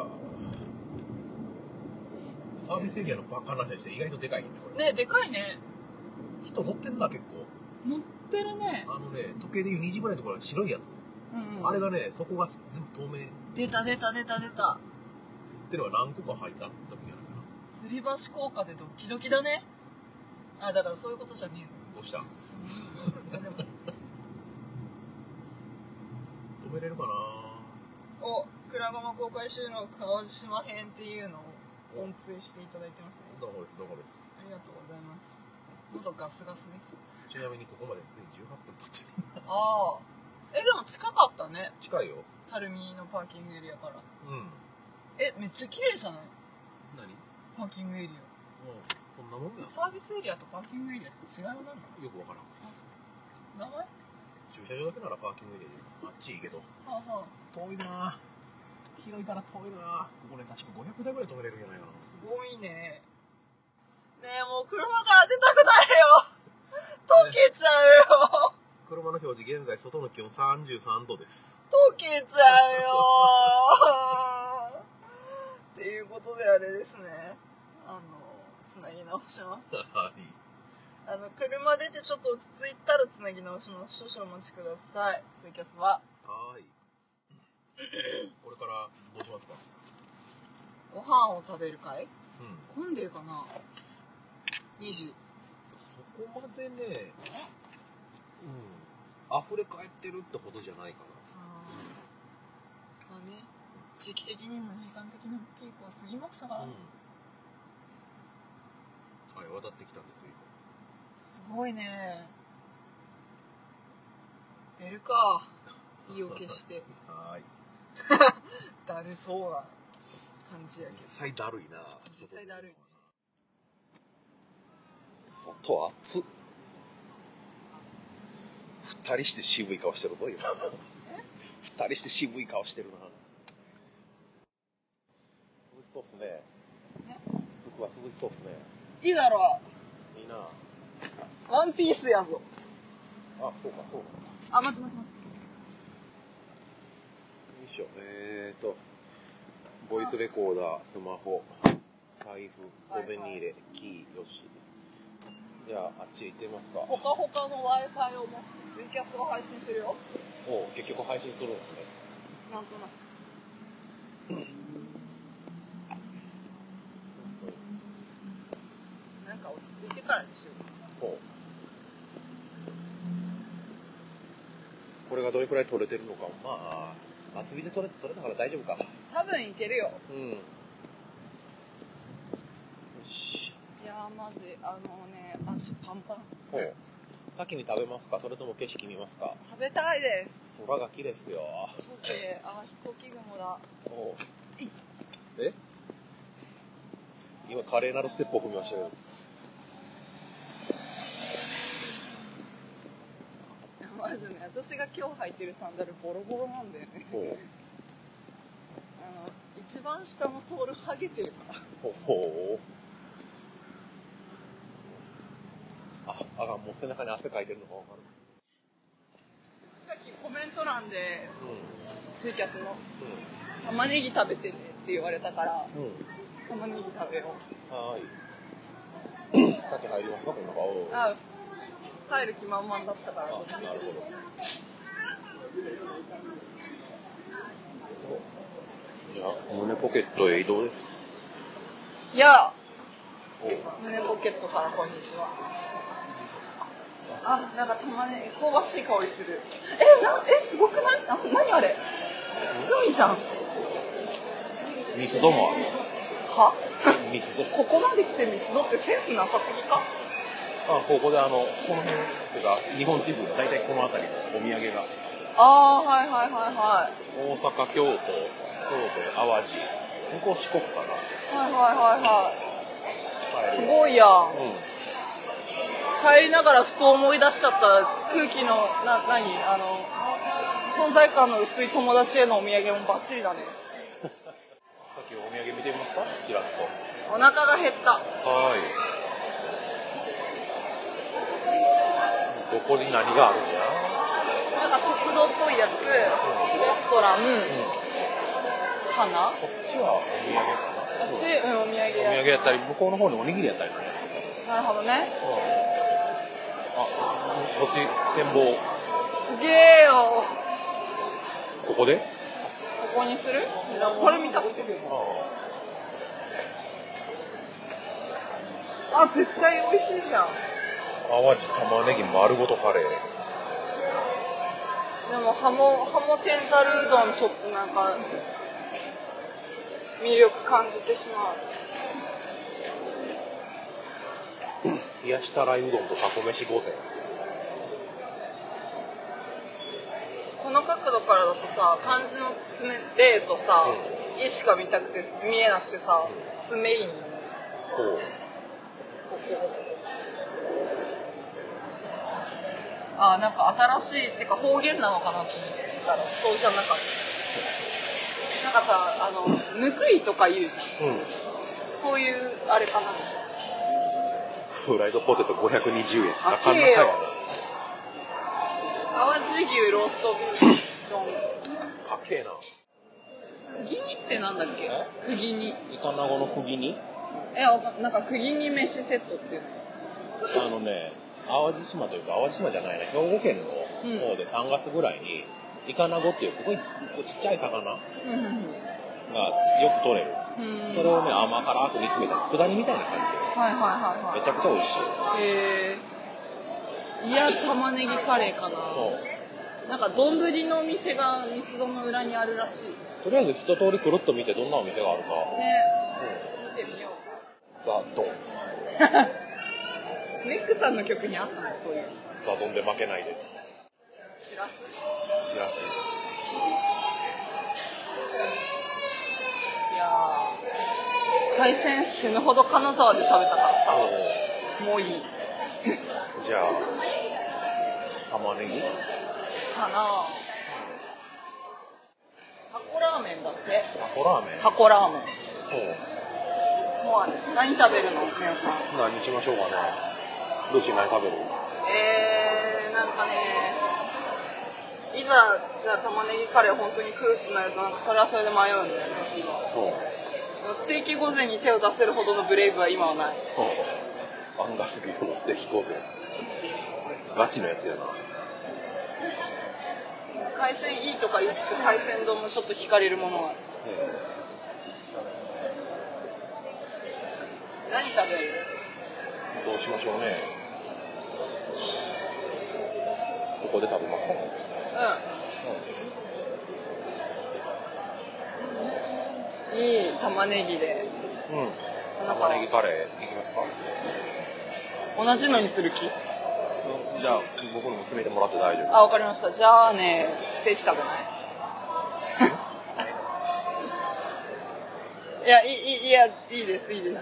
Speaker 1: サービスエリアの観覧車にして意外とでかいんだよ、これ。
Speaker 2: ね、でかいね。
Speaker 1: 人乗ってんな、結構。
Speaker 2: 乗ってるね。
Speaker 1: あのね、時計でいうにじぐらいのところに白いやつ。うんうん、あれがね、そこが全部透明。
Speaker 2: 出た出た出た出た。
Speaker 1: っていうのが何個か入った時やるかな。
Speaker 2: 吊り橋効果でドキドキだね。あ、だからそういうことじゃねえの。
Speaker 1: どうした？止めれるかな。
Speaker 2: お、くらごま公開収納川島編っていうのを音追していただいてますね。
Speaker 1: どこですどこです。
Speaker 2: ありがとうございます。喉ガスガスです。
Speaker 1: ちなみにここまですでにじゅうはっぷん経ってる。
Speaker 2: ああ。 え、でも近かったね。
Speaker 1: 近いよ。
Speaker 2: 垂水のパーキングエリアから。
Speaker 1: うん。
Speaker 2: え、めっちゃ綺麗じゃない？
Speaker 1: 何？
Speaker 2: パーキングエリア。
Speaker 1: うん。こんなもんや。
Speaker 2: サービスエリアとパーキングエリアって違いは何なの？
Speaker 1: よくわからん。
Speaker 2: あ、そう。名前？
Speaker 1: 駐車場だけならパーキングエリアであっちいいけど。
Speaker 2: はあはあ。
Speaker 1: 遠いなぁ。広いから遠いなぁ。ここね、確かごひゃくだいぐらい止めれるんじゃないかな。
Speaker 2: すごいね。ねえ、もう車から出たくないよ。溶けちゃうよ。
Speaker 1: 車の表示、現在外の気温さんじゅうさんどです。
Speaker 2: 溶けちゃうよ。っていうことであれですね。あの、つなぎ直します。
Speaker 1: はい。
Speaker 2: あの、車出てちょっと落ち着いたらつなぎ直します。少々お待ちください。ツイキャスは。
Speaker 1: はい。これからどうしますか？
Speaker 2: ご飯を食べるかい？
Speaker 1: うん。
Speaker 2: 混んでるかな？にじ。
Speaker 1: そこまでね、うん。溢れ返ってるってほどじゃないかな。
Speaker 2: ああ。まあね、時期的にも時間的なピークは過ぎましたから。うん。
Speaker 1: はい、渡ってきたんですよ。
Speaker 2: すごいね。出るか。意を決して。
Speaker 1: はい。
Speaker 2: だるそうな感じやけど。
Speaker 1: 実際だるいな。
Speaker 2: 実際だるいね。
Speaker 1: 外暑っ。二人して渋い顔してるぞ今。二人して渋い顔してるな。涼しそうっすね。服は涼しそうっすね。
Speaker 2: いいだろ
Speaker 1: う。いいな。
Speaker 2: ワンピースやぞ。
Speaker 1: あ、そうかそうか。
Speaker 2: あ、待って待って待って。
Speaker 1: よいしょ。えーとボイスレコーダー、スマホ、財布、小銭入れ、キー、よし。じゃあ、あっち行ってみますか。
Speaker 2: ほかほかの Wi-Fi を持ってツイキャスを配信するよ。
Speaker 1: おう、結局配信するんですね。
Speaker 2: なんとなく。なんか落ち着いてからにしよう。ほう。
Speaker 1: これがどれくらい取れてるのか、まあ、厚火で取れ、取れたから大丈夫か。
Speaker 2: 多分いけるよ。
Speaker 1: うん。よし。
Speaker 2: いやーマジあのね足パンパン。
Speaker 1: ほう。先に食べますか、それとも景色見ますか。
Speaker 2: 食べたいです。
Speaker 1: 空が綺麗ですよ。
Speaker 2: 超綺麗。あ、飛行機雲だ。
Speaker 1: おう。え？今華麗なるステップを踏みましたよ。
Speaker 2: マジね、私が今日履いてるサンダルボロボロなんだよね。ほう。あの一番下のソール剥げてるから。
Speaker 1: ほほう。あ、あがもう背中に汗かいてるのがわかる。
Speaker 2: さっきコメント欄で、うん、ツイキャスの、
Speaker 1: うん、
Speaker 2: 玉ねぎ食べてねって言われたから、うん、玉ねぎ食べよう。
Speaker 1: はーい。さっき入りますか、この中。
Speaker 2: あ、入る気満々だったから。
Speaker 1: あ、なるほど。じゃあ胸ポケットへ移動です。
Speaker 2: いや、胸ポケットからこんにちは。あ、なんか玉ねぎ香ばしい香りする。え、な、え、すごくない？あ、何あれ？海じゃん。
Speaker 1: ミスドもある。
Speaker 2: は？
Speaker 1: ミスド。
Speaker 2: ここまで来てミスドってセンスなさすぎか？
Speaker 1: あ、ここであのこの辺っていうか日本地図が大体この辺りのお土産が。
Speaker 2: ああ、はいはいはいはい。
Speaker 1: 大阪、京都、京都、淡路、向こう四国かな。
Speaker 2: はいはいはいはい。すごいやん。うん、帰りながらふと思い出しちゃった空気のな何あの存在感の薄い友達へのお土産もバッチリだね。
Speaker 1: さっきお土産見てみますか？ちらっと。
Speaker 2: お腹が減った。
Speaker 1: はい。どこに何があるんや？
Speaker 2: なんか食堂っぽいやつ、うん、レストラン、うん、かな？
Speaker 1: こっちはお土産かな？
Speaker 2: こっち、うん、お土産や。
Speaker 1: お土産やったり、向こうの方におにぎりやったりね。
Speaker 2: なるほどね。うん、
Speaker 1: あ、こっち展望。
Speaker 2: すげえよ。
Speaker 1: ここで？
Speaker 2: ここにする？これ見た。ああ、絶対美味しいじゃん。
Speaker 1: 淡路玉ねぎ丸ごとカレー。
Speaker 2: でもハモハモ天ざるうどんちょっとなんか魅力感じてしま
Speaker 1: う。冷やしたらいうどんとたこ飯御膳。
Speaker 2: ここの角度からだとさ、漢字の爪でとさ、うん、絵しか見たくて見えなくてさ、爪いい。こう。ここ。あ、なんか新しいってか方言なのかなって思ったらそうじゃなかった。なんかさ、あのぬくいとか言うじゃん。うん、そういうあれかな。
Speaker 1: フライドポテトごひゃくにじゅうえん。なかなかやな。
Speaker 2: 淡路牛ローストビーフ丼。
Speaker 1: 高えな。
Speaker 2: 釘煮ってなんだっけ？釘煮。
Speaker 1: イカナゴの釘煮？
Speaker 2: え、なんか釘煮飯セットっていう
Speaker 1: の？あのね、淡路島というか淡路島じゃないな、兵庫県の方でさんがつぐらいにイカナゴっていうすごいちっちゃい魚がよく取れる。それをね甘辛く煮詰めた佃煮みたいな感じで、
Speaker 2: はいはいはいはい、
Speaker 1: めちゃくちゃ美味しい。
Speaker 2: へえ。いや玉ねぎカレーかな。なんか丼のお店がミスドの裏にあるらしい。
Speaker 1: とりあえず一通りくるっと見てどんなお店があるか。ね。
Speaker 2: うん、見てみよう。
Speaker 1: ザドン。
Speaker 2: メックさんの曲にあったのそういう。
Speaker 1: ザドンで負けないで。
Speaker 2: しらす。
Speaker 1: しらす。
Speaker 2: いやー、海鮮死のほど金沢で食べたからさ。もういい。
Speaker 1: じゃあ玉ねぎ
Speaker 2: かな。タコラーメンだって。
Speaker 1: タコラーメン。
Speaker 2: タコラーメン。もうあれ何食べるの皆さん。
Speaker 1: 何しましょうかね。どうし何食べる？
Speaker 2: えー、なんかね、いざじゃあ玉ねぎカレー本当に食うってなるとなんかそれはそれで迷うんだよね。ステーキ御膳に手を出せるほどのブレイブは今はない。
Speaker 1: アンガス牛のステーキ御膳。ガチのやつやな。
Speaker 2: 海鮮いいとか言いつつ海鮮丼もちょっと惹かれるものがある。うん、何食べる？
Speaker 1: どうしましょうね。ここで食べますか？
Speaker 2: うん。うん、いい玉ねぎで。
Speaker 1: うん。玉ねぎカレーいきますか？
Speaker 2: 同じのにする気？
Speaker 1: じゃあ僕にも決めてもらって大丈夫。
Speaker 2: あ、わかりました。じゃあね、ステーキ食べない？いや、いい、いや、いいです、いいです。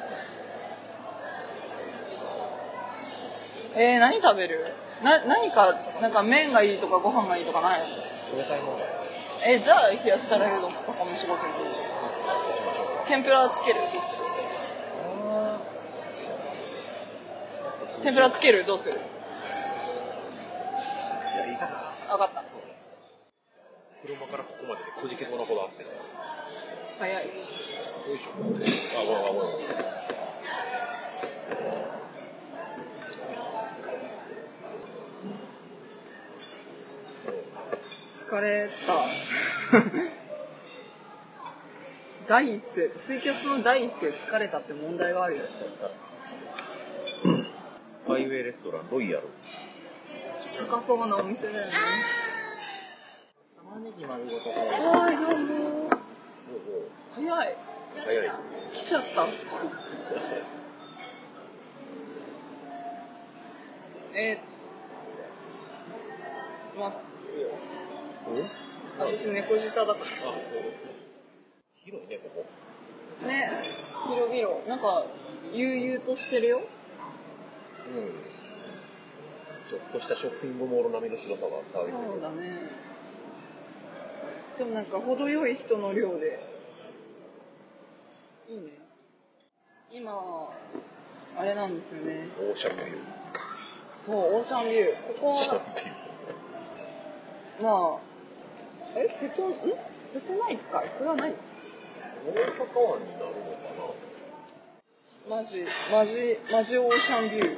Speaker 2: えー、何食べる？な、何か、なんか麺がいいとかご飯がいいとかないの？
Speaker 1: 冷たいもの。
Speaker 2: えー、じゃあ冷やしたらうどんとタコ飯ごせんでいいでしょ。天ぷらつける？どうする？天ぷらつける？どうする？分かった。
Speaker 1: 車からここまででくじけそうなほど暑い。
Speaker 2: 早い。よ
Speaker 1: いしょ。あ、ごめんごめん。
Speaker 2: 疲れた。第一声、ツイキャスの第一声疲れたって問題があるよ。
Speaker 1: ハイウェイレストランロイヤル。
Speaker 2: 高そうなお店だよね。
Speaker 1: 玉ねぎ丸ごと。
Speaker 2: はい、どうも。早い。
Speaker 1: 早い。
Speaker 2: 来ちゃった。えー、待つよ。私猫舌だから。
Speaker 1: 広いねここ。
Speaker 2: ね、広々。なんか悠々としてるよ。うん。
Speaker 1: ちょっとしたショッピングモール並みの広さがサービス。
Speaker 2: そうだね。でもなんか程よい人の量でいいね。今あれなんですよね。
Speaker 1: オーシャンビュー。
Speaker 2: そう、オーシャンビュー。ここはまあえ瀬戸ん瀬戸内海これは何？
Speaker 1: 大阪湾になるのか
Speaker 2: な。マジマジマジオーシャンビュー。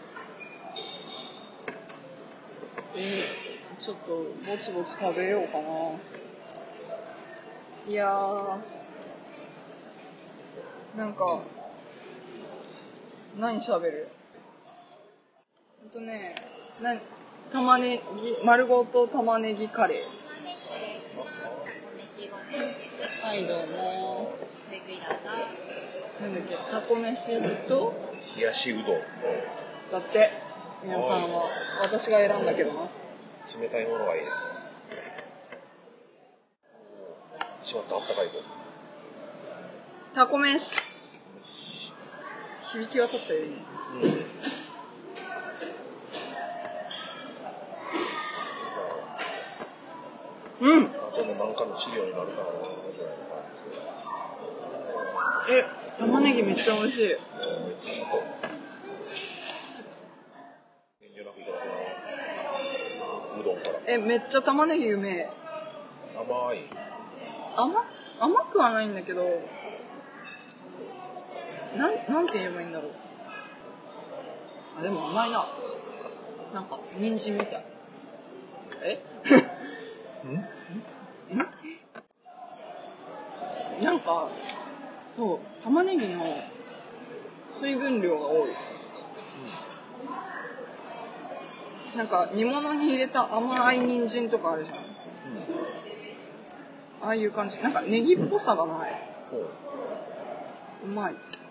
Speaker 2: えー、ちょっとぼちぼち食べようかな。いやーなんか何喋る？ほんとね、な玉ねぎ丸ごと玉ねぎカレー。はい、どうも。なんだっけ、タコ飯と
Speaker 1: 冷やしうどん
Speaker 2: だって。皆さんは私が選んだけどな。
Speaker 1: 冷たいものがいいです。 しまった、あったかいぞ。
Speaker 2: タコ飯。響き渡ったよ、今。うん。うん。あ
Speaker 1: ともなんかの資料になるかな。
Speaker 2: え、玉ねぎめっちゃ美味しい。めっちゃ砂糖。
Speaker 1: うどんから。
Speaker 2: え、めっちゃ玉ねぎうめえ。
Speaker 1: 甘い。
Speaker 2: 甘、甘くはないんだけど、なん、なんて言えばいいんだろう。あ、でも甘いな。なんか、人参みたい。えんんなんか、そう、玉ねぎの水分量が多い。うん、なんか、煮物に入れた甘い人参とかあるじゃん。うん、ああいう感じ。なんか、ネギっぽさがない。うまい。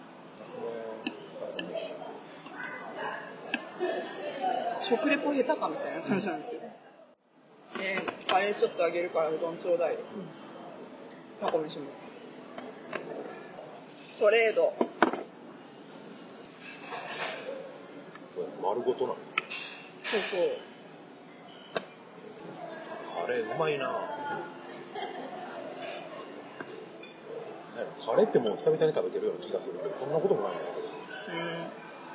Speaker 2: 食レポ下手かみたいな感じなんだけど。えー、カレーちょっとあげるからうどんちょうだいよ。タコ飯も。トレード。
Speaker 1: 丸ごとなの。
Speaker 2: そうそう。
Speaker 1: カレーうまいな。カレーってもう久々に食べてるような気がするけど、そんなこともないんだけど。うん。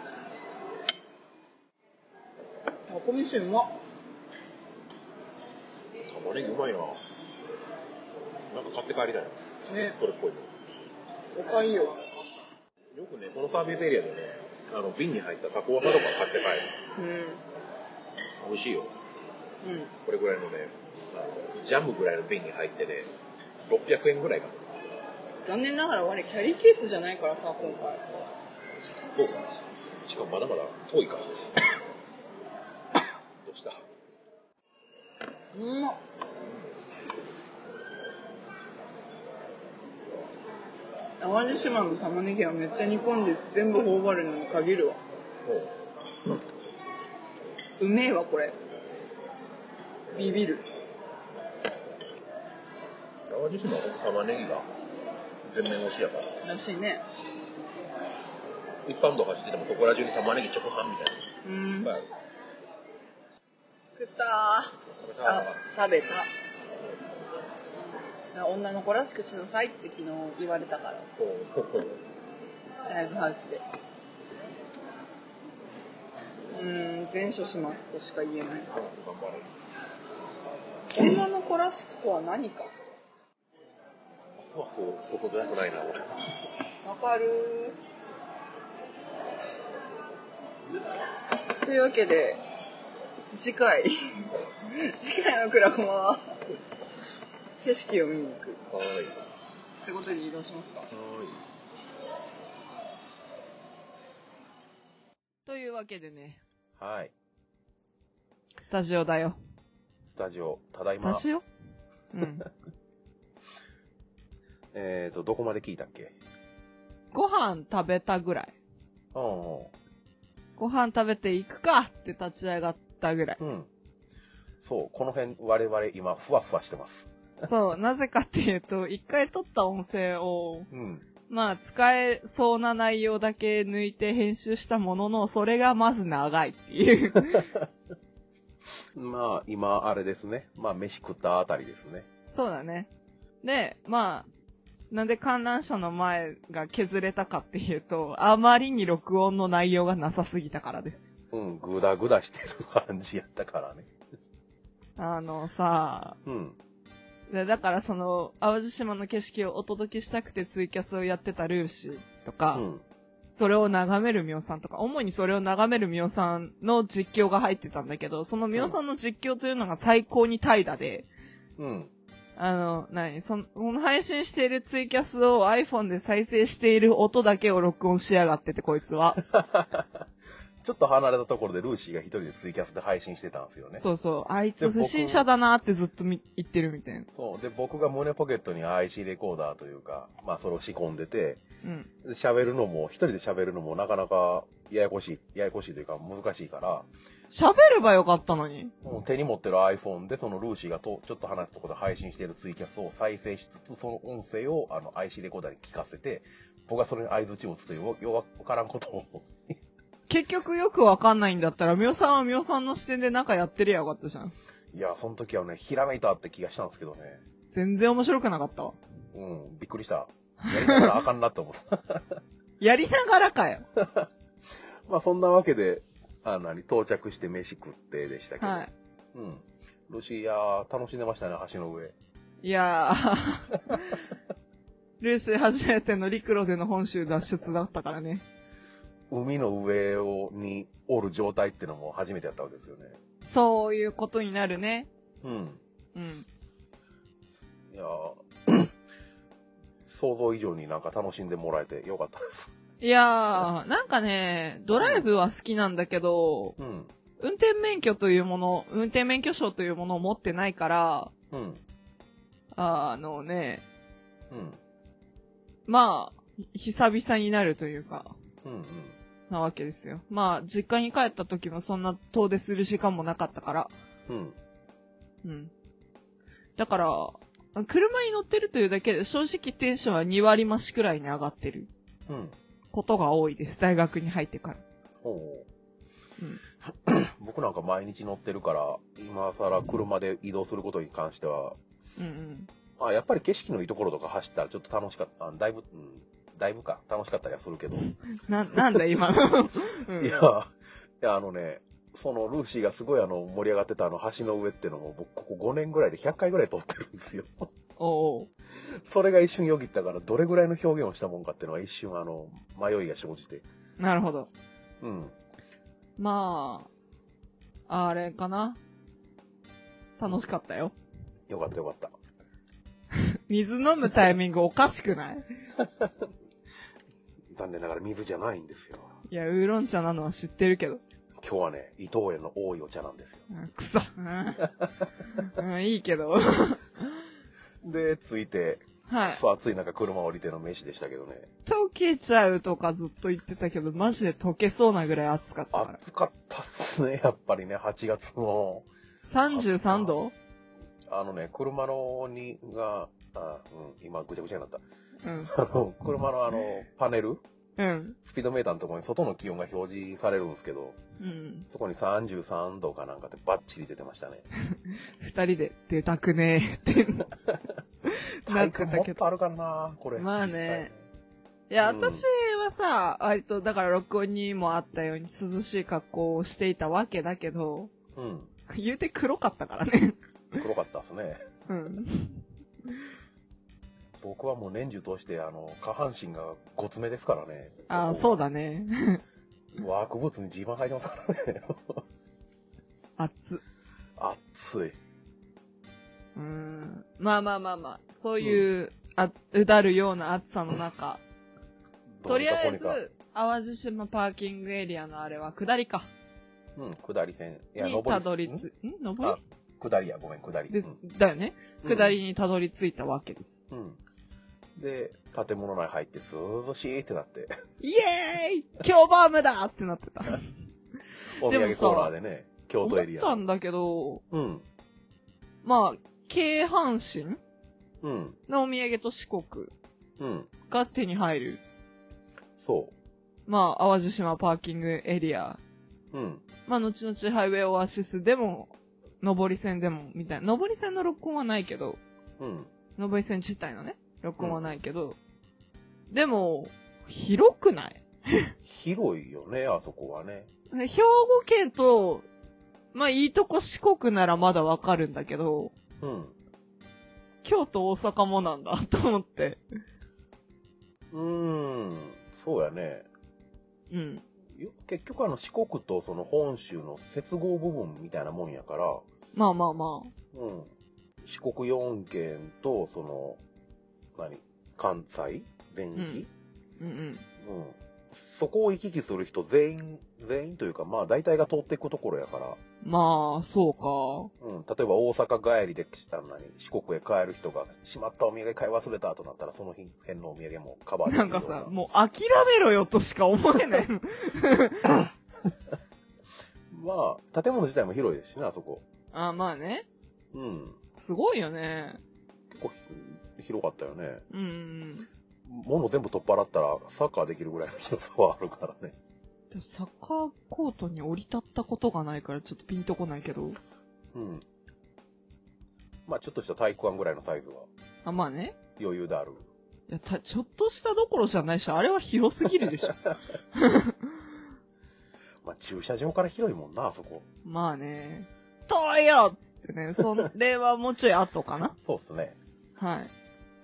Speaker 2: タコ飯うまっ。
Speaker 1: 玉ねぎうまいな。なんか買って帰りたいな。ね。それっぽいの。
Speaker 2: おかいよ。
Speaker 1: よくね、このサービスエリアでね、あの瓶に入ったタコワサとか買って帰る。うん。美味しいよ。うん。これぐらいのね、あのジャムぐらいの瓶に入ってね、ろっぴゃくえんぐらいかな。
Speaker 2: 残念ながら我キャリーケースじゃないからさ、今回。
Speaker 1: そうか。しかもまだまだ遠いから。どうした？
Speaker 2: うまっ。淡路島の玉ねぎはめっちゃ煮込んで全部頬張るのに限るわ。うめえわこれ。ビビる。
Speaker 1: 淡路島の玉ねぎが全面推しやから。
Speaker 2: らしいね。
Speaker 1: 一般道走っててもそこら中に玉ねぎ直販みたいな。うん。
Speaker 2: 食ったー。あ、食べた。女の子らしくしなさいって昨日言われたから。ライブハウスで。うーん、前処しますとしか言えない。女の子らしくとは何か。
Speaker 1: そうそう、外出たくないな、俺。
Speaker 2: わかるー。というわけで、次回、次回のクラフマは、景色を見に行く。はい。ってことで移動しますか。はい。というわけでね。
Speaker 1: はい。
Speaker 2: スタジオだよ。
Speaker 1: スタジオ、ただいま。
Speaker 2: スタジオ？うん。
Speaker 1: えっと、どこまで聞いたっけ？
Speaker 2: ご飯食べたぐらい。うん。ご飯食べていくかって立ち上がったぐらい。うん。
Speaker 1: そう、この辺我々今ふわふわしてます。
Speaker 2: そう、なぜかっていうと、一回撮った音声を、うん、まあ、使えそうな内容だけ抜いて編集したものの、それがまず長いっていう。
Speaker 1: まあ、今、あれですね。まあ、飯食ったあたりですね。
Speaker 2: そうだね。で、まあ、なんで観覧車の前が削れたかっていうと、あまりに録音の内容がなさすぎたからです。
Speaker 1: うん、ぐだぐだしてる感じやったからね。
Speaker 2: あのさ、うん。でだからその、淡路島の景色をお届けしたくてツイキャスをやってたルーシーとか、うん、それを眺めるみおさんとか、主にそれを眺めるみおさんの実況が入ってたんだけど、そのみおさんの実況というのが最高に怠惰で、うん。あの、何その、この配信しているツイキャスを iPhone で再生している音だけを録音しやがってて、こいつは。
Speaker 1: ちちょっと離れたところでルーシーが一人でツイキャスで配信してたんですよね。
Speaker 2: そうそう。あいつ不審者だなってずっと言ってるみたいな。
Speaker 1: そう。で、僕が胸ポケットに アイシー レコーダーというか、まあそれを仕込んでて、
Speaker 2: うん。
Speaker 1: 喋るのも、一人で喋るのもなかなかややこしい、ややこしいというか難しいから、
Speaker 2: 喋ればよかったのに。
Speaker 1: もう手に持ってる iPhone でそのルーシーがとちょっと離れたところで配信しているツイキャスを再生しつつ、その音声をあの アイシー レコーダーに聞かせて、僕はそれに相槌を打つというよわからんことを。
Speaker 2: 結局よくわかんないんだったら、みおさんはみおさんの視点でなんかやってりゃよかったじゃん。
Speaker 1: いや、その時はね、ひらめいたって気がしたんですけどね。
Speaker 2: 全然面白くなかったわ。
Speaker 1: うん、びっくりした。やりながらあかんなって思った。
Speaker 2: やりながらかよ。
Speaker 1: まあそんなわけで、あ何到着して飯食ってでしたけど。
Speaker 2: はい。
Speaker 1: うん。ルシア楽しんでましたね、橋の上。
Speaker 2: いやー。ルーシー初めての陸路での本州脱出だったからね。
Speaker 1: 海の上をにおる状態ってのも初めてやったわけですよね。
Speaker 2: そういうことになるね。
Speaker 1: うん。
Speaker 2: うん。
Speaker 1: いや想像以上になんか楽しんでもらえてよかったです。
Speaker 2: いやー、なんかね、ドライブは好きなんだけど、うん、運転免許というもの、運転免許証というものを持ってないから、うん、あのね、うん、まあ、久々になるというか、うんうん、なわけですよ。まあ、実家に帰った時もそんな遠出する時間もなかったから。うん。うん。だから、車に乗ってるというだけで正直テンションはに割増しくらいに上がってる。うん。ことが多いです。大学に入ってから。おう。
Speaker 1: うん。僕なんか毎日乗ってるから、今更車で移動することに関しては、うんうん。あ、やっぱり景色のいいところとか走ったらちょっと楽しかった。だいぶ、うん。だいぶか、楽しかったりはするけど。
Speaker 2: な、なんだ今の、
Speaker 1: うん、いや、いや、あのね、そのルーシーがすごいあの盛り上がってたあの橋の上ってのも僕ここごねんぐらいでひゃっかいぐらい通ってるんですよ。おう。それが一瞬よぎったからどれぐらいの表現をしたもんかっていうのは一瞬あの迷いが生じて。
Speaker 2: なるほど。うん。まあ、あれかな。楽しかったよ。
Speaker 1: よかったよかった。
Speaker 2: 水飲むタイミングおかしくない？
Speaker 1: 残念ながら水じゃないんですよ。
Speaker 2: いや、ウーロン茶なのは知ってるけど。
Speaker 1: 今日はね、伊藤園の多いお茶なんですよ。
Speaker 2: くそ。うん、いいけど。
Speaker 1: で、ついて、はい、くそ暑い中車降りての飯でしたけどね。
Speaker 2: 溶けちゃうとかずっと言ってたけど、マジで溶けそうなぐらい暑かったから。
Speaker 1: 暑かったっすね、やっぱりね、はちがつの。
Speaker 2: さんじゅうさんど？
Speaker 1: あのね、車のにが、あ、うん、今ぐちゃぐちゃになった。うん、あの車のあのパネル、うん、スピードメーターのところに外の気温が表示されるんですけど、うん、そこにさんじゅうさんどかなんかってバッチリ出てましたね。
Speaker 2: 二人で出たくねえって
Speaker 1: なってたけど。もっとあるかなこれ。
Speaker 2: まあね。いや、うん、私はさ、割とだから録音にもあったように涼しい格好をしていたわけだけど、うん、言うて黒かったからね。
Speaker 1: 黒かったっすね。うん。僕はもう年中通してあの下半身がごつめですからね。
Speaker 2: ああ、そうだね。
Speaker 1: ワークブーツにジーパン履いてますからね。
Speaker 2: 熱っ。
Speaker 1: 熱い。
Speaker 2: うん。まあまあまあまあ、そういう、うん、あうだるような暑さの中。とりあえず、淡路島パーキングエリアのあれは下りか。
Speaker 1: うん、下り線。
Speaker 2: いや、上り。たどりつ、ん上り
Speaker 1: 下りや、ごめん、下り。
Speaker 2: で、うん、だよね。下りにたどり着いたわけです。うん。
Speaker 1: で、建物内入って涼しいってなって。
Speaker 2: イエーイ今日バームだってなってた。
Speaker 1: お土産コーナーでね、京都エリア。
Speaker 2: 思ったんだけど、うん。まあ、京阪神うん。のお土産と四国うん。が手に入る。
Speaker 1: そう。
Speaker 2: まあ、淡路島パーキングエリア。うん。まあ、後々ハイウェイオアシスでも、上り線でも、みたいな。上り線の録音はないけど、うん。上り線自体のね、録音はないけど、うん、でも、広くない
Speaker 1: 広いよね、あそこはね。
Speaker 2: 兵庫県と、まあ、いいとこ四国ならまだわかるんだけど、うん。京都、大阪もなんだ、と思って。
Speaker 1: うーん、そうやね。うん。結局あの四国とその本州の接合部分みたいなもんやから。
Speaker 2: まあまあまあ。
Speaker 1: うん。四国よんけんと、その、何関西全域、うん、うんうんうんそこを行き来する人全員、全員というか、まあ大体が通っていくところやから。
Speaker 2: まあ、そう
Speaker 1: か。うん。例えば大阪帰りで、あの何、四国へ帰る人が、しまったお土産買い忘れたとなったら、その辺のお土産もカバーできるような。
Speaker 2: なんかさ、もう諦めろよとしか思えない。
Speaker 1: まあ、建物自体も広いですしね、あそこ。
Speaker 2: ああ、まあね。
Speaker 1: うん。
Speaker 2: すごいよね。
Speaker 1: 結構広かったよね。
Speaker 2: うん。
Speaker 1: 物全部取っ払ったらサッカーできるぐらいの広さはあるからね。
Speaker 2: サッカーコートに降り立ったことがないからちょっとピンとこないけど。
Speaker 1: うん。まあちょっとした体育館ぐらいのサイズは。
Speaker 2: あ、まあね。
Speaker 1: 余裕である。
Speaker 2: いや、た、ちょっとしたどころじゃないし、あれは広すぎるでしょ。
Speaker 1: まあ駐車場から広いもんな、あそこ。
Speaker 2: まあね。遠いよっつってね、それはもうちょい後かな。
Speaker 1: そうっすね。
Speaker 2: はい。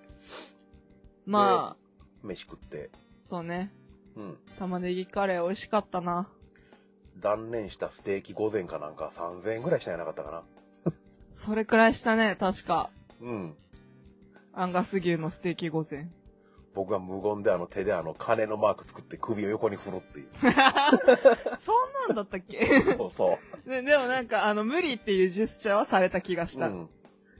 Speaker 2: まあ。
Speaker 1: 飯食って。
Speaker 2: そうね。
Speaker 1: うん。
Speaker 2: 玉ねぎカレー美味しかったな。
Speaker 1: 断念したステーキ御膳かなんかさんぜんえんぐらいしたんやなかったかな。
Speaker 2: それくらいしたね、確か。
Speaker 1: うん。
Speaker 2: アンガス牛のステーキ御膳。
Speaker 1: 僕は無言であの手であの鐘のマーク作って首を横に振るっていう。
Speaker 2: そんなんだったっけ？
Speaker 1: そうそう。
Speaker 2: で, でもなんかあの無理っていうジェスチャーはされた気がした。うん、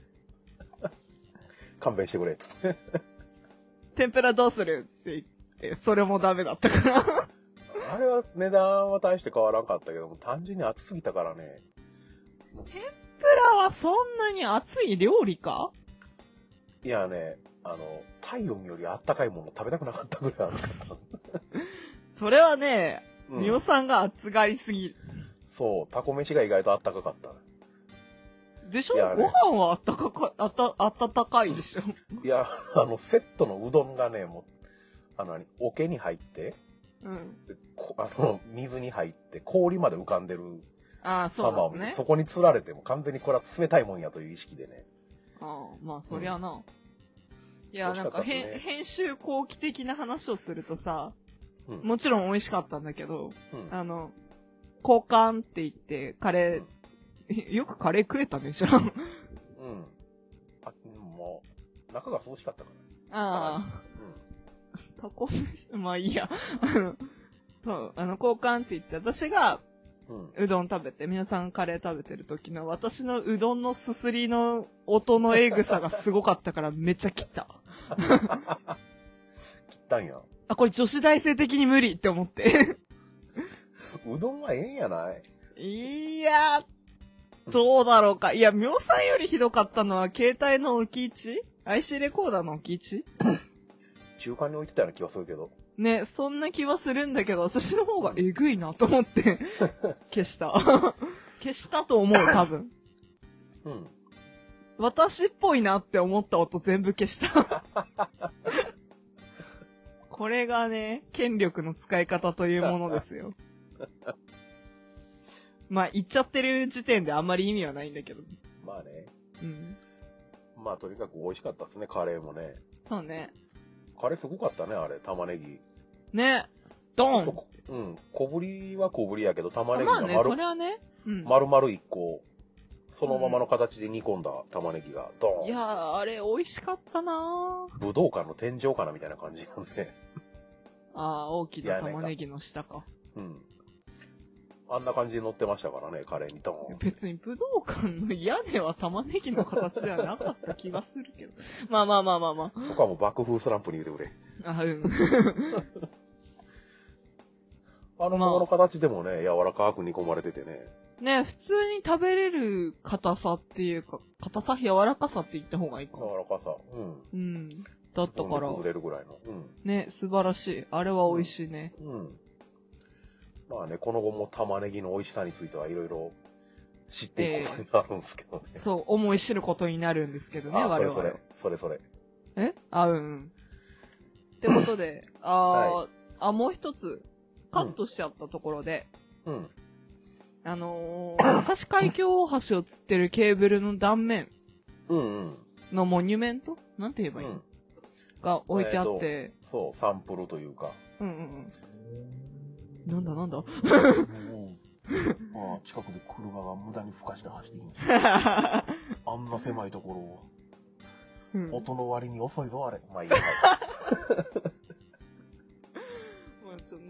Speaker 1: 勘弁してくれっつって。
Speaker 2: 天ぷらどうするって言って、それもダメだったから。
Speaker 1: あれは値段は大して変わらんかったけども、単純に熱すぎたからね。
Speaker 2: 天ぷらはそんなに熱い料理か？
Speaker 1: いやね、あの、体温よりあったかいもの食べたくなかったぐらい熱かった。
Speaker 2: それはね、みおさんが熱がりすぎる。
Speaker 1: そう、タコ飯が意外とあったかかった。
Speaker 2: でしょ、ね、ご飯はあったかか、あた、温かいでしょ
Speaker 1: いや、あの、セットのうどんがね、もう、あの、桶に入って、
Speaker 2: うん。
Speaker 1: あの、水に入って、氷まで浮かんでる様を見て、
Speaker 2: ああ、そうだね、
Speaker 1: そこに釣られても完全にこれは冷たいもんやという意識でね。
Speaker 2: ああ、まあ、そりゃな。うん、いや、なんか、ね、編集後期的な話をするとさ、うん、もちろん美味しかったんだけど、うん、あの、交換って言って、カレー、うんよくカレー食えたね、じゃん。うん。
Speaker 1: あ、もう、中が涼しかったから。
Speaker 2: ああ。うん。タコ飯、まあいいや。あの、そう、あの、交換って言って、私が、うどん食べて、皆さんカレー食べてる時の、私のうどんのすすりの音のエグさがすごかったから、めっちゃ切った。
Speaker 1: 切ったんや。
Speaker 2: あ、これ女子大生的に無理って思って。
Speaker 1: うどんはええんやない？
Speaker 2: いやー、どうだろうか。いや、みょうさんよりひどかったのは、携帯の置き位置？ アイシー レコーダーの置き位置
Speaker 1: 中間に置いてたような気はするけど。
Speaker 2: ね、そんな気はするんだけど、私の方がえぐいなと思って、消した。消したと思う、多分。うん。私っぽいなって思った音全部消した。これがね、権力の使い方というものですよ。まあ、言っちゃってる時点であんまり意味はないんだけど。
Speaker 1: まあね。
Speaker 2: うん。
Speaker 1: まあ、とにかく美味しかったですね、カレーもね。
Speaker 2: そうね。
Speaker 1: カレーすごかったね、あれ、玉ねぎ。
Speaker 2: ね。ドン
Speaker 1: うん。小ぶりは小ぶりやけど、玉ねぎが
Speaker 2: 丸、まあね、それはね。
Speaker 1: うん。丸々一個、そのままの形で煮込んだ玉ねぎが、ドーン。
Speaker 2: いやー、あれ、美味しかったなー。
Speaker 1: 武道館の天井かなみたいな感じなんで。
Speaker 2: ああ、大きな玉ねぎの下か。
Speaker 1: うん。あんな感じに乗ってましたからね、カレーにドーン。
Speaker 2: 別に武道館の屋根は玉ねぎの形ではなかった気がするけど。まあまあまあまあまあ。
Speaker 1: そこはもう爆風スランプに言うてくれ。
Speaker 2: あ、うん。
Speaker 1: あのままの形でもね、柔らかく煮込まれててね。
Speaker 2: ね、普通に食べれる硬さっていうか、硬さ、柔らかさって言った方がいいか。
Speaker 1: 柔らかさ。うん。
Speaker 2: うん。だったから。
Speaker 1: 崩れるぐらいの。うん。
Speaker 2: ね、素晴らしい。あれは美味しいね。
Speaker 1: うん。うん、まあね、この後も玉ねぎの美味しさについてはいろいろ知っていくことになるんですけどね。
Speaker 2: えー、そう、思い知ることになるんですけどね、
Speaker 1: あ
Speaker 2: 我々。
Speaker 1: それそれ、それそれ。
Speaker 2: えあ、うん。ってことで、あー、はい、あ、もう一つ、カットしちゃったところで、うん。うん、あのー、明石海峡大橋を釣ってるケーブルの断面のモニュメントなんて言えばいいの、うん、が置いてあって、え
Speaker 1: ー、そう、サンプルというか。
Speaker 2: うんうんうん。なんだなんだうん、
Speaker 1: まあ、近くで車が無駄にふかして走っていきました。あんな狭いところを。うん、音の割に遅いぞ、あれ。まあいいや。
Speaker 2: まあちょっと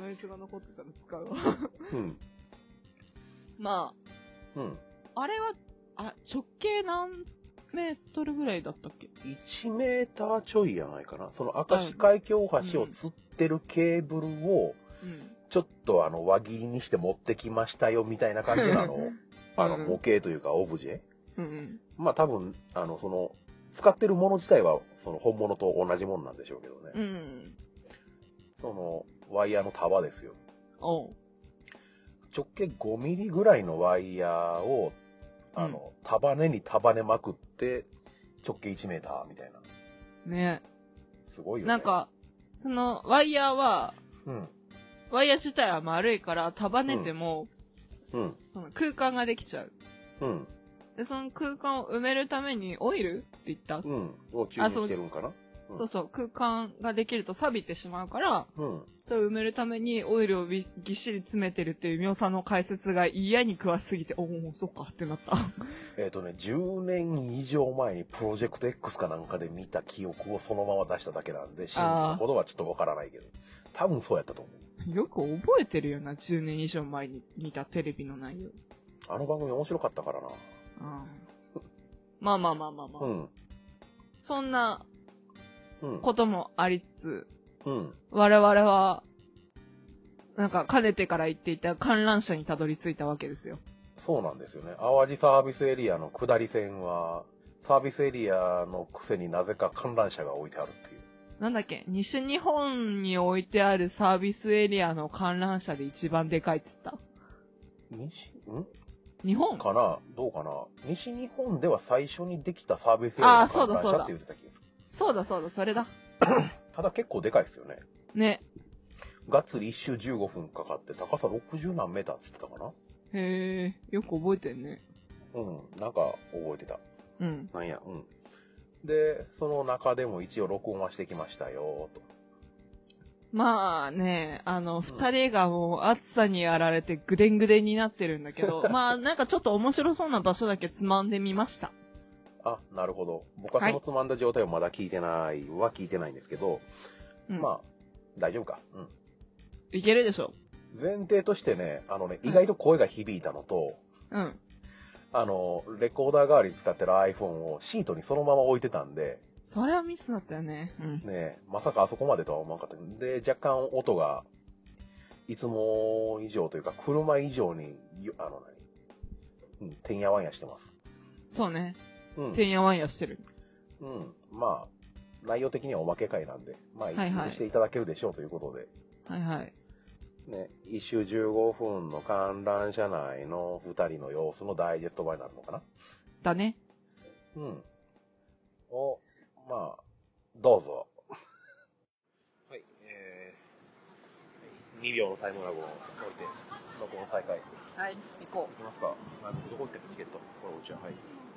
Speaker 2: 余熱が残ってたら使うわ。うん。まあ、うん。あれは、あ、直径何メートルぐらいだったっけ？
Speaker 1: いち メーターちょいやないかな。その明石海峡大橋を吊ってるケーブルを、うん、ちょっとあの輪切りにして持ってきましたよみたいな感じなの。あの模型というかオブジェ。うんうん、まあ多分、あの、その、使ってるもの自体はその本物と同じものなんでしょうけどね。うん、そのワイヤーの束ですよ。お直径ごミリぐらいのワイヤーをあの、うん、束ねに束ねまくって直径いちメーターみたいな。ね。すごいよね。
Speaker 2: なんかそのワイヤーは、うん、ワイヤー自体は丸いから束ねても、うん、その空間ができちゃう。うん。で、その空間を埋めるためにオイルって言った？うん。
Speaker 1: を注入してるんかな？
Speaker 2: うん、そうそう。空間ができると錆びてしまうから、うん。それを埋めるためにオイルをぎっしり詰めてるっていう妙さんの解説が嫌に詳しすぎて、おお、そっかってなった。
Speaker 1: えっとね、じゅうねん以上前にプロジェクト X かなんかで見た記憶をそのまま出しただけなんで、真偽のほどはちょっとわからないけど、多分そうやったと思
Speaker 2: う。よく覚えてるよな、じゅうねん以上前に見たテレビの内容。
Speaker 1: あの番組面白かったからな。
Speaker 2: あまあまあまあまあまあ。うん、そんなこともありつつ、うん、我々は、なんかかねてから言っていた観覧車にたどり着いたわけですよ。
Speaker 1: そうなんですよね。淡路サービスエリアの下り線は、サービスエリアのくせになぜか観覧車が置いてあるっていう。
Speaker 2: なんだっけ、西日本に置いてあるサービスエリアの観覧車で一番でかいっつった？
Speaker 1: 西、ん
Speaker 2: 日本
Speaker 1: かなどうかな西日本では最初にできたサービスエリアの観覧車って言ってた気がする。
Speaker 2: そうだそうだ、それだ。
Speaker 1: ただ結構でかいですよね。
Speaker 2: ね。
Speaker 1: がっつり一周じゅうごふんかかって高さろくじゅう何メーターっつってたかな。
Speaker 2: へえ、よく覚えてんね。
Speaker 1: うん、なんか覚えてた。うん。なんや、うん。で、その中でも一応録音はしてきましたよ、と。
Speaker 2: まあね、あの、二、うん、人がもう暑さにやられてぐでんぐでんになってるんだけど、まあなんかちょっと面白そうな場所だけつまんでみました。
Speaker 1: あ、なるほど。僕はそのつまんだ状態をまだ聞いてない、はい、は聞いてないんですけど、うん、まあ、大丈夫か。うん。
Speaker 2: いけるでしょ。
Speaker 1: 前提としてね、あのね、意外と声が響いたのと、うん。あの、レコーダー代わりに使ってる iPhone をシートにそのまま置いてたんで、
Speaker 2: それはミスだったよね。うん、
Speaker 1: ねまさかあそこまでとは思わなかった。で、若干音が、いつも以上というか、車以上に、あの何、うん、てんやわんやしてます。
Speaker 2: そうね。うん。てんやわんやしてる。
Speaker 1: うん。まあ、内容的にはおまけ会なんで、まあ、はいはい、していただけるでしょうということで。はいはい。ね、一周じゅうごふんの観覧車内のふたりの様子のダイジェスト版になるのかな？
Speaker 2: だね。
Speaker 1: うん。お、まあ、どうぞ。はい、えー、にびょうのタイムラグを置いて、録音再開。
Speaker 2: はい、行こう。
Speaker 1: 行きますか。あ、どこ行ってるチケット。これうちは、はい。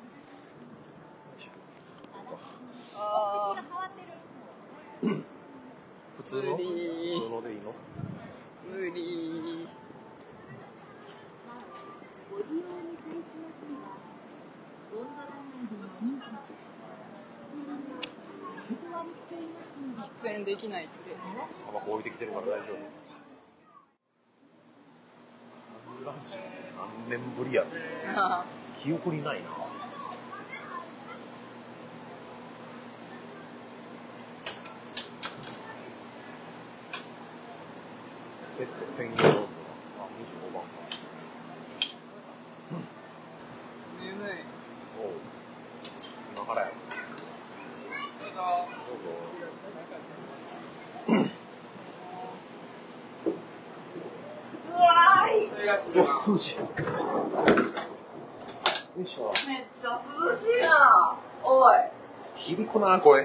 Speaker 2: あー。
Speaker 1: 普通の？普通のでいいの？
Speaker 2: 無理。ご利用に対しましては、ゴンドラ内での人数、お断りしていますので、出演できないって。
Speaker 1: タバコ置いてきてるから大丈夫。何年ぶりやね。記憶にないな。ペット専用のあ、にじゅうごばんか。
Speaker 2: 眠い。
Speaker 1: おう。今からやろ。どうぞ。どうぞ。
Speaker 2: うわーい。
Speaker 1: 涼しい。よいしょ。
Speaker 2: めっちゃ涼しいな。おい。
Speaker 1: 響くな、声。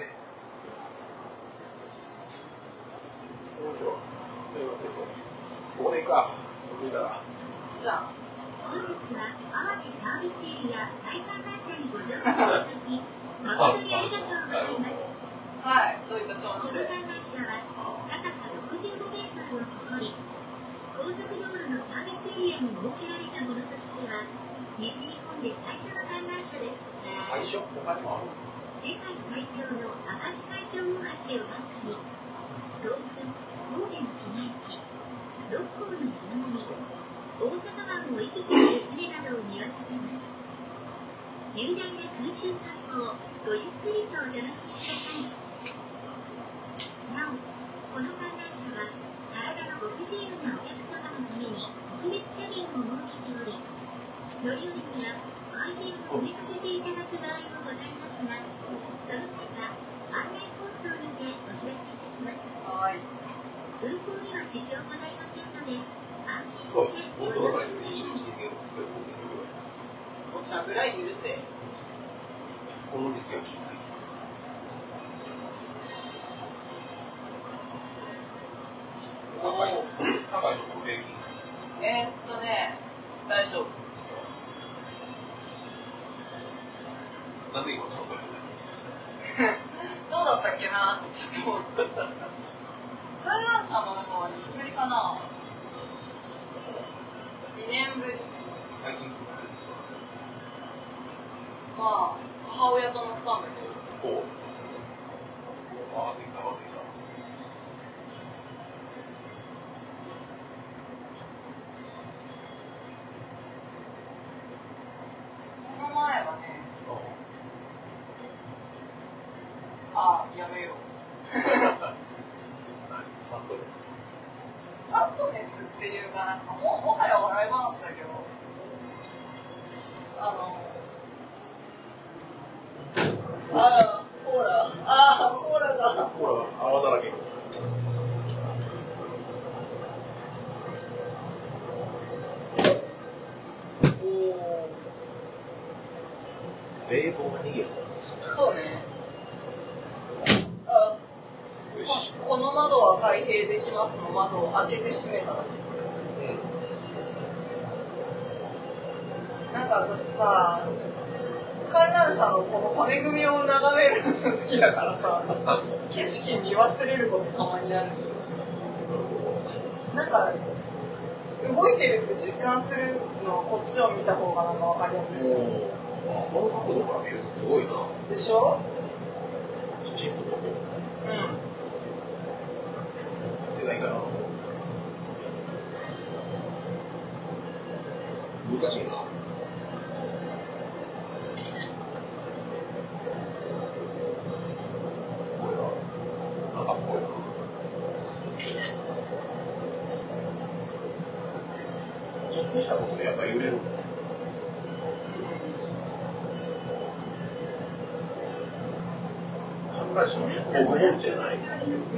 Speaker 1: これか。見たら。
Speaker 2: じゃあ。
Speaker 3: 本日は淡路サービスエリア大観覧車にご乗車いただき、誠にありがとうございます。
Speaker 2: はい、どういたしまして。
Speaker 3: この観覧車は高さろくじゅうごメートルを誇り、高速道路のサービスエリアに設けられたものとしては、西日本で最初の観覧車です。
Speaker 1: 最初？他にもある？
Speaker 3: 世界最長の明石海峡大橋をバックに、東北、神戸の市街地、 大阪湾を行き来する船などを見渡せます。雄大な空中散歩をごゆっくりとお楽しみください。なお、この観覧車は体のご不自由なお客様のために特別キャビンを設けており、乗り降りには回転を止めさせていただく場合もございますが、その際は案内放送にてお知らせいたします。はい。運行には支障ございませんので、安心してお楽しみください。
Speaker 2: お茶ぐらい許せ。
Speaker 1: この時期はきついです。高いの高いの平均。
Speaker 2: えー、っとね、大丈夫。
Speaker 1: なんで今考え
Speaker 2: てどうだったっけなってちょっと思った。観覧車乗るのはいつぶりかな。にねんぶり。
Speaker 1: 最近ですかね。
Speaker 2: まあ母親と乗ったんだけど。
Speaker 1: おう。ああ、できたわできた。
Speaker 2: その前はね。ああ、やめよう。
Speaker 1: サットネス。
Speaker 2: サットネスっていうかなんかももはや笑い話だけど、あの。ああ、コーラ。ああ、コーラが。
Speaker 1: コーラが泡だらけ。
Speaker 2: おお。
Speaker 1: 冷房が逃げる。
Speaker 2: そうね。あ、この窓は開閉できますの窓を開けて閉めただけ。うん。なんか私さ。観覧車のこの骨組みを眺めるのが好きだからさ、景色見忘れることたまにある。なんか動いてるって実感するのはこっちを見た方がなんか分かりやすいし。
Speaker 1: この角度から見るとすごいな。
Speaker 2: でしょ？
Speaker 1: きちんとここ。
Speaker 2: うん。
Speaker 1: 出ないかな。難しいな。ちょっとしたことでやっぱ揺れる。観覧車のこうもんじゃない。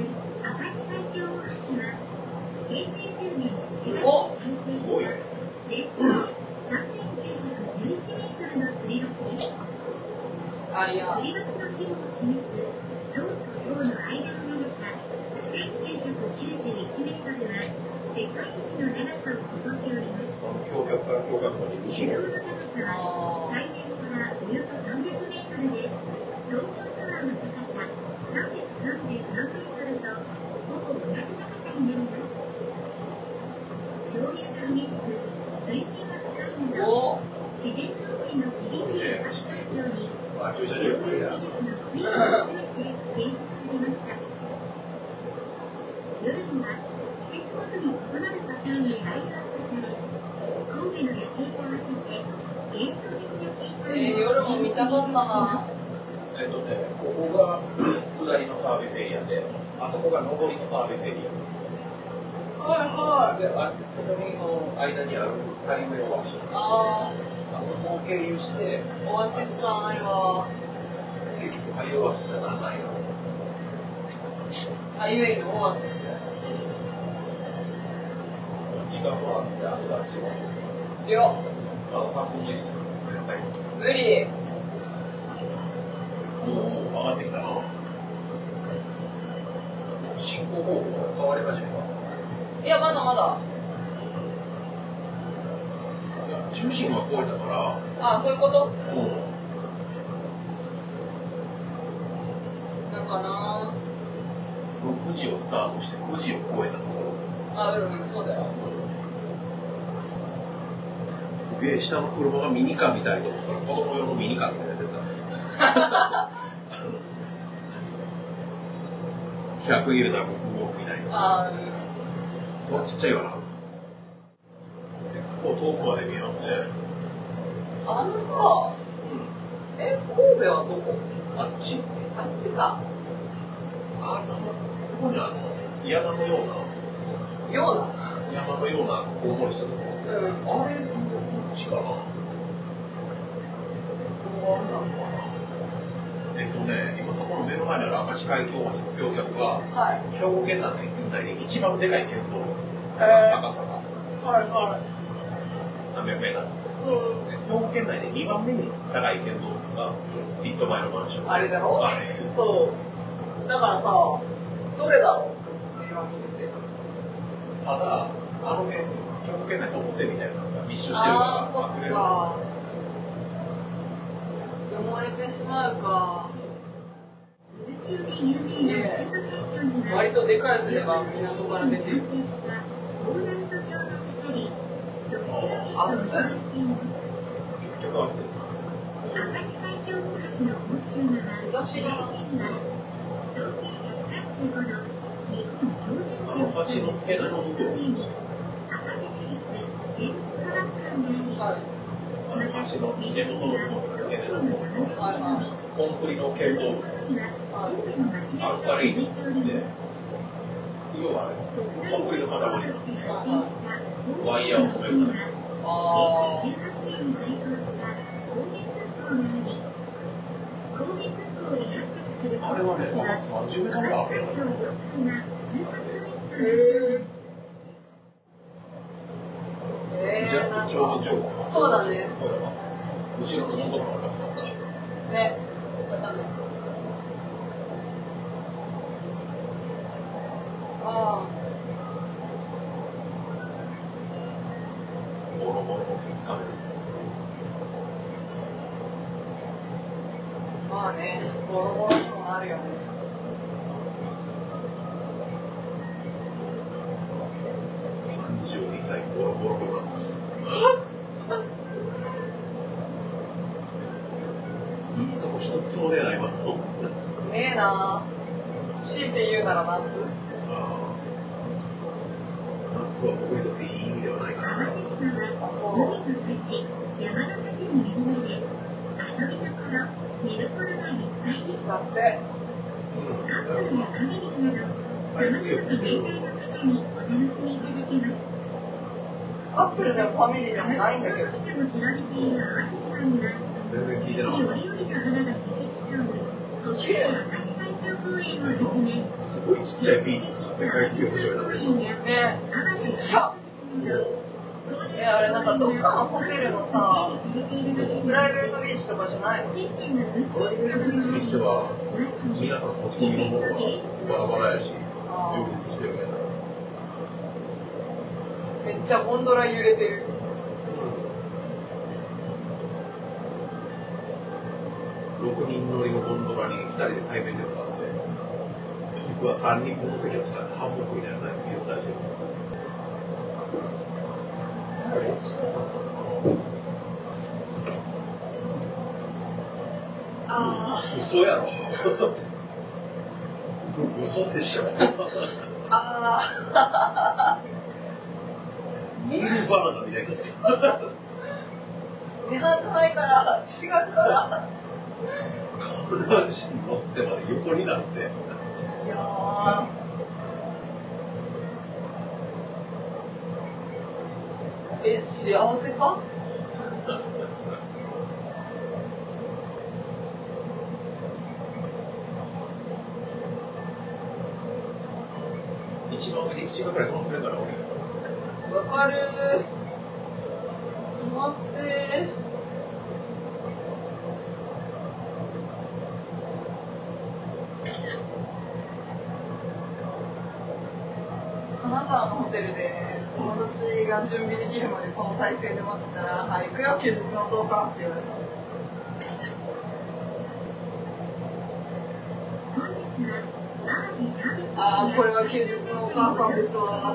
Speaker 3: す
Speaker 1: ごすごいね。
Speaker 3: 全長さんぜんきゅうひゃくじゅういちメートルの吊り橋です。
Speaker 2: あ、いや。
Speaker 3: 吊り橋の規模を示す塔と塔の間の長させんきゅうひゃくきゅうじゅういちメートルは世界一の長さを誇っております。
Speaker 1: 橋脚から橋脚までに
Speaker 3: 軌道の高さは海面からおよそさんびゃくメートルで、東京タワーの高ささんびゃくさんじゅうさんメートルとほぼ同じ高さになります。潮流が激しく、水深が深いなど、自然条件の厳しい橋環境に、
Speaker 1: 駐車場
Speaker 3: 技術の推移を詰めて建設されました。夜には季節ごとに異なるパターンでライトアップされ、神戸の夜景と合わせて幻想的な景観を、
Speaker 2: えー、夜も見たかったな。
Speaker 1: えっとね、ここが下りのサービスエリアで、あそこが上りのサービスエリア。
Speaker 2: はいはい。
Speaker 1: で、あそこにその間にあるハイウェイオアシス。
Speaker 2: あ
Speaker 1: あそこを経由して、
Speaker 2: オアシス感あるわ。
Speaker 1: 結局ハイウェイオアシスがなんないの。
Speaker 2: ハイウェイのオアシス。
Speaker 1: 時間もあって、あとあっちも。
Speaker 2: いや。
Speaker 1: あのさんぶんのいちです。絶対。
Speaker 2: 無理。
Speaker 1: おお、上がってきたな。進行方向が変わり始めた。
Speaker 2: いや、まだまだ。
Speaker 1: いや、中心は超えたから。
Speaker 2: ああ、そういうこと？
Speaker 1: うん。
Speaker 2: なんかな。
Speaker 1: ろくじをスタートしてくじを超えたところ。
Speaker 2: あ、うん、そうだよ。
Speaker 1: すげえ、下の車がミニカーみたいと思ったら子供用のミニカーみたいなやつだった。ひゃく入れたら僕動くみたいな。
Speaker 2: ああ、うん。
Speaker 1: そんなちっちゃいわな。 構遠くまで見えますね。
Speaker 2: あのさ、うん、え、神戸はどこ？
Speaker 1: あっち。
Speaker 2: あっちか。
Speaker 1: あ、そこにあの山のような。
Speaker 2: ような。
Speaker 1: 山のようなこうもりしたところ。うん、あれどっちかな。ここはあれなのかな。えっとね、今そこの目の前にある明石海峡橋の橋脚が、はい、兵庫県内で一番でかい建造物、えー、高さが、はいはい、さんびゃくメーターです、うん、兵庫県内でにばんめに高い建造物がリット前のマンション。
Speaker 2: あれだろ？あれそうだからさ、どれだろうって今見てて、
Speaker 1: ただあの辺兵庫県内と表みたいなのが密集してるから、
Speaker 2: あーそっか、埋もれてしまうか。割とでかい船が港から出てる。あ、熱い。
Speaker 1: 結局熱い。
Speaker 2: 日差しが。あ
Speaker 1: の橋の付け根の部分。はい。あの橋の根元の部分が付け根の部分。コンクリの建造物。アンカレージっつって、要はコンクリの塊です。ワイヤーを止めるため。ああれはね、高ささんじゅうメートルぐらいあるよ。
Speaker 2: へー。じゃあ、
Speaker 1: ちょうどちょうど。
Speaker 2: そうだね。
Speaker 1: 後ろのモントロが高かったね。
Speaker 2: ね。だね。ああ。
Speaker 1: ボロボロのふつかめです。
Speaker 2: まあね、ボロボロにもなるよね。
Speaker 1: さんじゅうにさいボロボロなんです。いいとこ一つもねえな、今の。
Speaker 2: ねえな。強いて言うなら夏。
Speaker 1: 夏は僕にとっていい意味ではないかな。
Speaker 2: あ、そう。
Speaker 3: 海の幸、山の幸に恵まれ、遊びどころ、見どころがいっぱいです。
Speaker 2: だって。
Speaker 3: カップルやファミリーなど、さまざまな年代の方にお楽しみいただけます。
Speaker 2: カップルでもファミリーでもないんだけど。
Speaker 3: としても知られている淡路島には、四季折々の花が咲きそう。国立明石海峡公園をはじめ、
Speaker 1: すごいちっちゃいビーチですが、世界的面白いなってる。
Speaker 2: ね、ちっちゃ。え、あれなんかどっかのホテルのさ、プライベートビーチとかじゃないの？
Speaker 1: プライベートビーチにしては、皆さん持ち込みのものがバラバラやし、充実してるやな。
Speaker 2: めっちゃゴンドラ揺れてる。
Speaker 1: ろくにん乗りのゴンドラにふたりで対面ですからね。僕はさんにんこの席を使ってハンモックみたいなやつにゆったりしてる。
Speaker 2: ああ。
Speaker 1: 嘘やろ。嘘でしょ。
Speaker 2: ああ。
Speaker 1: ニルバナナみたいな。
Speaker 2: 値段じゃないから違うから。
Speaker 1: この話に乗ってまで横になって。い
Speaker 2: やー。え、幸せか？
Speaker 1: 一番上でいちじかんくらい止まってるから俺。
Speaker 2: わかるー。止まってー。金沢のホテルで友達が準備できるまでこの体勢で待ってたら「はい、行くよ休日のお父さん」って言われた。ああ、これは休日のお母さんですわ。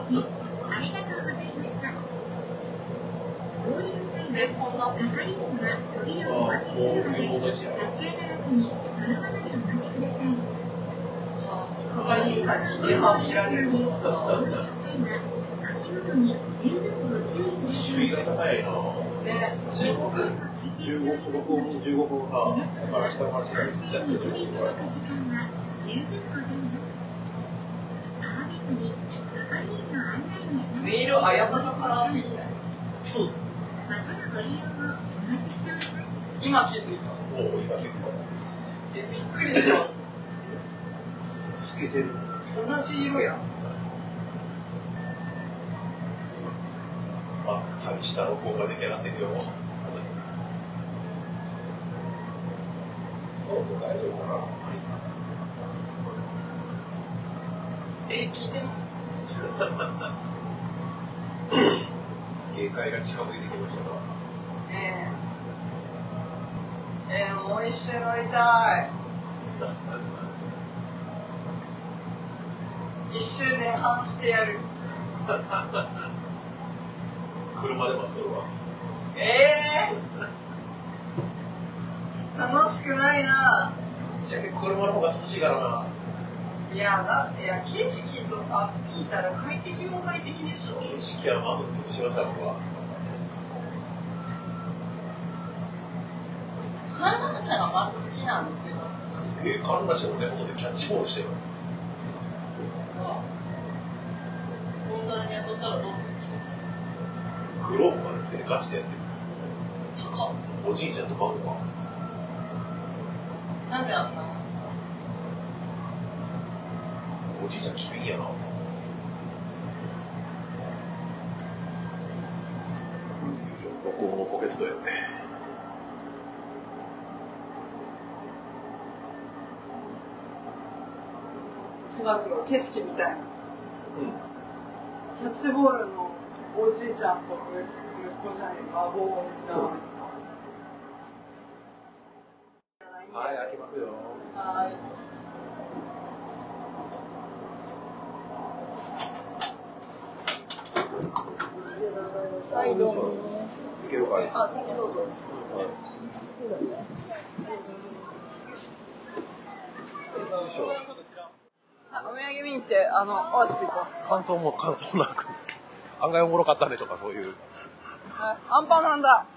Speaker 2: え、そんな
Speaker 3: 係員は扉をお開けするまで立ち上がらずにそのままでお待ちください。
Speaker 2: 係員さんに電話見られると思った。
Speaker 3: お足元に十分ご注意ください。
Speaker 1: 周囲が高いな。
Speaker 2: ね、じゅうごふん。
Speaker 1: じゅうごふん、録音じゅうごふんはん。だから下回しがいっちゃってじゅうごふんはん。
Speaker 3: 時間は十分ございます。慌てずに係員の案内に従って。
Speaker 2: ネイルあやたたカラーすぎない？
Speaker 3: またのご利用をお待ちしております。
Speaker 2: 今気づいた。
Speaker 1: おお、今気づいた。
Speaker 2: え、びっくりした。
Speaker 1: 透けてる。
Speaker 2: 同じ色やん。
Speaker 1: あ、旅下の方が出てなってるよ。そうそう、大丈夫かな。
Speaker 2: え、聞いてます。
Speaker 1: 警戒が近づいてきましたか。
Speaker 2: えー、えー、もう一周乗りたい。一周年半してやる。
Speaker 1: 車で待っとるわ。
Speaker 2: えー、楽しくないな。
Speaker 1: じゃけ車の方が涼しいからな。
Speaker 2: いや、だいや景色とさ、聞いたら快適も快適でしょ。
Speaker 1: 景色はまぶってしまったのは。
Speaker 2: 観覧車がまず好きなんですよ。
Speaker 1: すげえ、観覧車の根元でキャッチボールしてる。
Speaker 2: ゴンドラに当たったらどうする？
Speaker 1: グローブまでつけてガチでやってる。
Speaker 2: 高っ。
Speaker 1: おじいちゃんと孫が。
Speaker 2: なんであんな？
Speaker 1: おじいちゃん機敏やな。録音のポケットやね。
Speaker 2: 違う違う、景色みたいな。
Speaker 1: うん。
Speaker 2: キャッチボールのおじいちゃんと息子じゃない孫が
Speaker 1: はい、開きますよ。
Speaker 2: はい。はい、どうも。
Speaker 1: いけるかい。
Speaker 2: あ、先どうぞ。あ、お土産見に行って、あの、オアシス行こう。
Speaker 1: 感想も感想なく。案外おもろかったねとかそういう。
Speaker 2: はい、アンパンマンだ。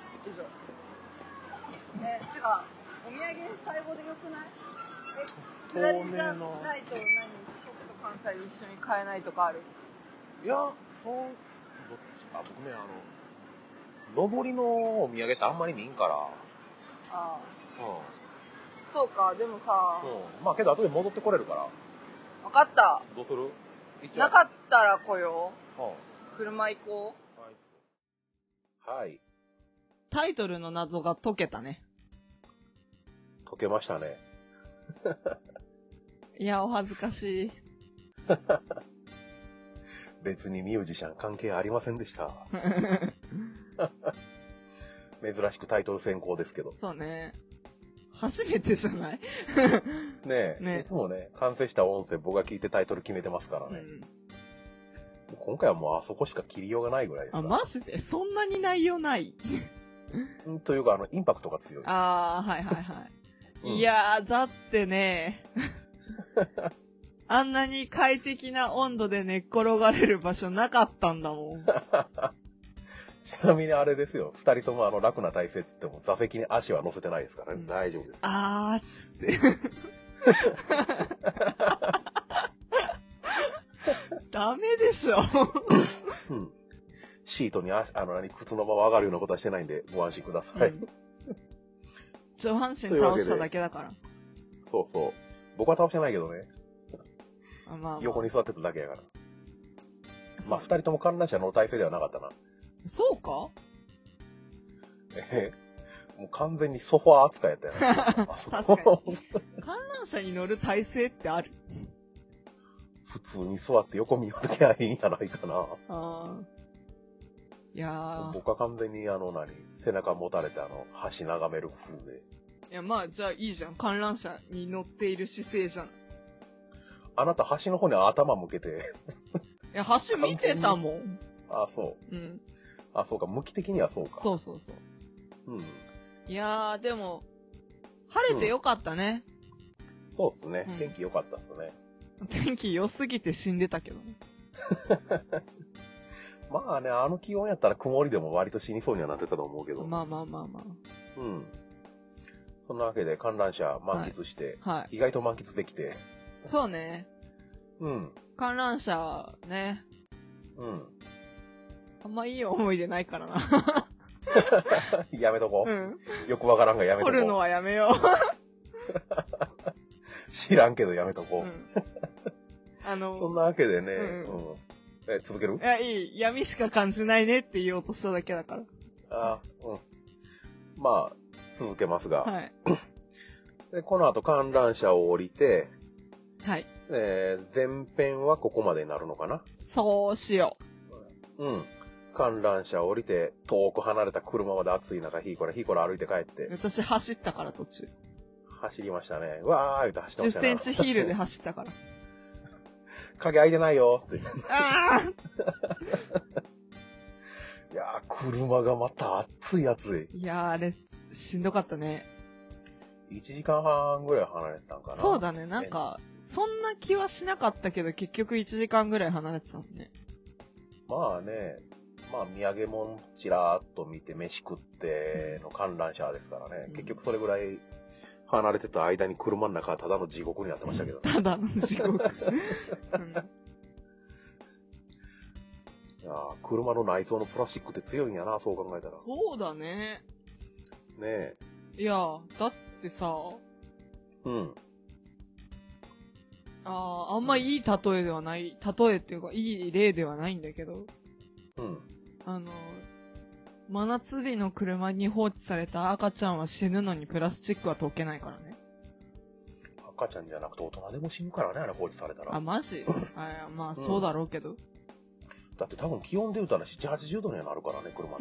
Speaker 2: ね、違う。お土産最後でよくない？え、下りじゃないと何？四国と関西で一緒に買えないとかある？
Speaker 1: いや、そう、どっちか、僕ね、あの、上りのお土産ってあんまり見んから。あ
Speaker 2: あ。
Speaker 1: うん。
Speaker 2: そうか、でもさ。
Speaker 1: うん。まあけど後で戻ってこれるから。
Speaker 2: 分かった。
Speaker 1: どうする？
Speaker 2: なかったら来よう。
Speaker 1: うん。
Speaker 2: 車行こ
Speaker 1: う。はい。はい。
Speaker 2: タイトルの謎が解けたね。
Speaker 1: 解けましたね。
Speaker 2: いや、お恥ずかしい。
Speaker 1: 別にミュージシャン関係ありませんでした。珍しくタイトル先行ですけど。
Speaker 2: そうね。初めてじゃない？
Speaker 1: ねえ、ね、いつもね、完成した音声僕が聞いてタイトル決めてますからね。うん、今回はもうあそこしか切りようがないぐらいですから。
Speaker 2: あ、マジで？そんなに内容ない？
Speaker 1: というか、あの、インパクトが強い。
Speaker 2: ああ、はいはいはい。うん、いやー、だってね、あんなに快適な温度で寝っ転がれる場所なかったんだもん。
Speaker 1: ちなみにあれですよ。二人ともあの楽な体勢って言っても座席に足は乗せてないですからね。うん、大丈夫です。
Speaker 2: あーっつって。ダメでしょ。
Speaker 1: うん。シートにああの何靴のまま上がるようなことはしてないんでご安心ください。うん、
Speaker 2: 上半身倒しただけだから。
Speaker 1: そうそう。僕は倒してないけどね。
Speaker 2: あ、まあまあ、
Speaker 1: 横に座ってただけやから。まあ二人とも観覧車の体勢ではなかったな。
Speaker 2: そうか？
Speaker 1: えー、もう完全にソファー扱いやったよね。あそこ。
Speaker 2: 観覧車に乗る体勢ってある？
Speaker 1: 普通に座って横見ようときゃいいんじゃないかな。
Speaker 2: あいやー
Speaker 1: 僕は完全にあの何背中持たれてあの橋眺める風で。
Speaker 2: いやまあじゃあいいじゃん。観覧車に乗っている姿勢じゃん。
Speaker 1: あなた橋の方に頭向けて。
Speaker 2: いや橋見てたもん。
Speaker 1: あそう。うん。あそうか向き的にはそうか。
Speaker 2: そうそうそう。
Speaker 1: うん。
Speaker 2: いやーでも晴れてよかったね。
Speaker 1: うん、そうですね、うん。天気良かったっすね。
Speaker 2: 天気良すぎて死んでたけどね。
Speaker 1: まあね、あの気温やったら曇りでも割と死にそうにはなってたと思うけど。
Speaker 2: まあまあまあまあ。
Speaker 1: うん。そんなわけで観覧車満喫して、
Speaker 2: はいはい、
Speaker 1: 意外と満喫できて。
Speaker 2: そうね。
Speaker 1: うん。
Speaker 2: 観覧車ね。
Speaker 1: うん。
Speaker 2: あんまいい思い出ないからな。
Speaker 1: やめとこう。
Speaker 2: うん。
Speaker 1: よくわからんがやめとこう。
Speaker 2: 撮るのはやめよう。
Speaker 1: 知らんけどやめとこう。うん、
Speaker 2: あの
Speaker 1: そんなわけでね、うんうん、え続ける？
Speaker 2: いや、いい。闇しか感じないねって言おうとしただけだから。
Speaker 1: あうん。まあ、続けますが。
Speaker 2: はい。
Speaker 1: でこの後観覧車を降りて、
Speaker 2: はい。
Speaker 1: えー、前編はここまでになるのかな？
Speaker 2: そうしよ
Speaker 1: う。うん。観覧車を降りて、遠く離れた車まで暑い中、ひいこらひいこら歩いて帰って。
Speaker 2: 私走ったから途中。
Speaker 1: 走りましたね。わー言うて走ってましたね。
Speaker 2: じゅっセンチヒールで走ったから。
Speaker 1: 影開いてないよって。
Speaker 2: ああ
Speaker 1: いやー、車がまた暑い暑
Speaker 2: い。いやー、あれ、しんどかったね。
Speaker 1: いちじかんはんぐらい離れてたんかな。
Speaker 2: そうだね、なんか、そんな気はしなかったけど、結局いちじかんぐらい離れてたもんね。
Speaker 1: まあね、まあ土産物ちらーっと見て飯食っての観覧車ですからね、うん、結局それぐらい離れてた間に車の中はただの地獄になってましたけど、ね、
Speaker 2: ただの地獄、うん、い
Speaker 1: や車の内装のプラスチックって強いんやな、そう考えたら。
Speaker 2: そうだね。
Speaker 1: ねえ。
Speaker 2: いやだってさ、
Speaker 1: うん
Speaker 2: ああ、あんまいい例えではない、例えっていうかいい例ではないんだけど、
Speaker 1: うん。
Speaker 2: あの、真夏日の車に放置された赤ちゃんは死ぬのにプラスチックは溶けないからね。
Speaker 1: 赤ちゃんじゃなくて大人でも死ぬからね、あれ放置されたら。
Speaker 2: あ、マジあまあ、そうだろうけど、うん。
Speaker 1: だって多分気温で言うたらななじゅう、はちじゅうどにはなるからね、車の。
Speaker 2: うん。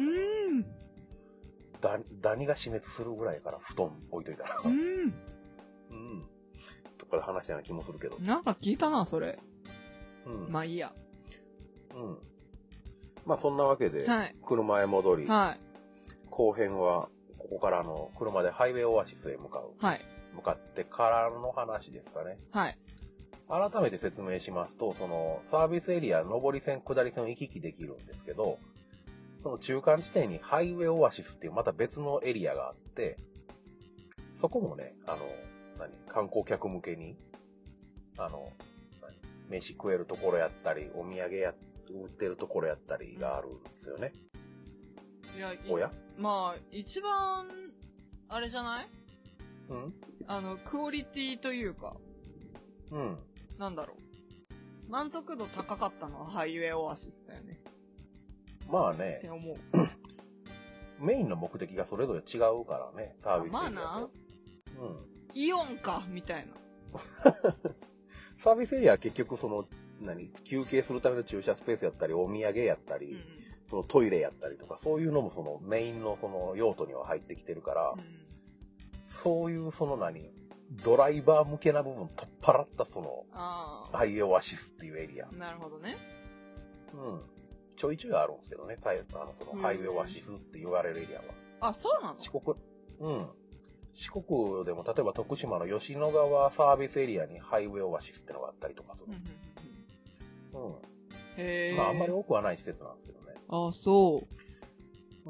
Speaker 1: だ、ダニが死滅するぐらいから布団置いといたら。
Speaker 2: うん。うん。
Speaker 1: とかで話したような気もするけど。
Speaker 2: なんか聞いたな、それ。
Speaker 1: うん。
Speaker 2: まあいいや。
Speaker 1: うん。まあそんなわけで、
Speaker 2: はい、
Speaker 1: 車へ戻り、
Speaker 2: はい、
Speaker 1: 後編はここからの車でハイウェイオアシスへ向かう、
Speaker 2: はい、
Speaker 1: 向かってからの話ですかね。
Speaker 2: はい。
Speaker 1: 改めて説明しますと、そのサービスエリア上り線下り線を行き来できるんですけど、その中間地点にハイウェイオアシスっていうまた別のエリアがあって、そこもね、あの何観光客向けにあの何飯食えるところやったりお土産や売ってるところやったりがあるんですよね。
Speaker 2: いや、い
Speaker 1: おや
Speaker 2: まあ、一番、あれじゃない？
Speaker 1: うん？
Speaker 2: あの、クオリティというか、
Speaker 1: うん。
Speaker 2: なんだろう。満足度高かったのはハイウェイオアシスだよね。
Speaker 1: まあね。
Speaker 2: って思う。
Speaker 1: メインの目的がそれぞれ違うからね、サービスエリアと。
Speaker 2: まあな。うん。イオンか、みたいな。
Speaker 1: サービスエリアは結局その、何休憩するための駐車スペースやったりお土産やったり、うん、そのトイレやったりとかそういうのもそのメインのその用途には入ってきてるから、うん、そういうその何ドライバー向けな部分取っ払ったそのハイオアシスっていうエリア。
Speaker 2: なるほどね。
Speaker 1: うん。ちょいちょいあるんですけどね、あのそのハイオアシスって言われるエリアは。
Speaker 2: あ、そうなの？
Speaker 1: 四国、うん。四国でも例えば徳島の吉野川サービスエリアにハイウェイオアシスってのがあったりとかする。うん。
Speaker 2: へー。
Speaker 1: まああんまり多くはない施設なんですけどね。
Speaker 2: あ、そう。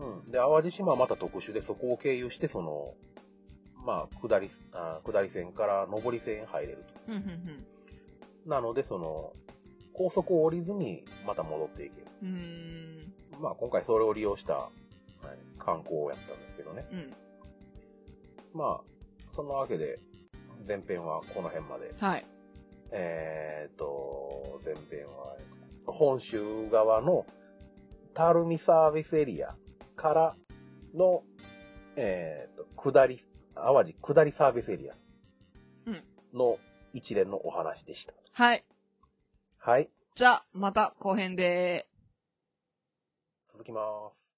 Speaker 1: うん。で、淡路島はまた特殊でそこを経由してその、まあ下り、あ下り線から上り線へ入れると。なのでその、高速を降りずにまた戻っていける。
Speaker 2: うーん。
Speaker 1: まあ今回それを利用した、はい、観光をやったんですけどね。
Speaker 2: うん。
Speaker 1: まあ、そんなわけで、前編はこの辺まで。
Speaker 2: はい。
Speaker 1: えっと、前編は、本州側の垂水サービスエリアからの、えっと、下り、淡路下りサービスエリアの一連のお話でした。
Speaker 2: はい。
Speaker 1: はい。
Speaker 2: じゃあ、また後編で。
Speaker 1: 続きます。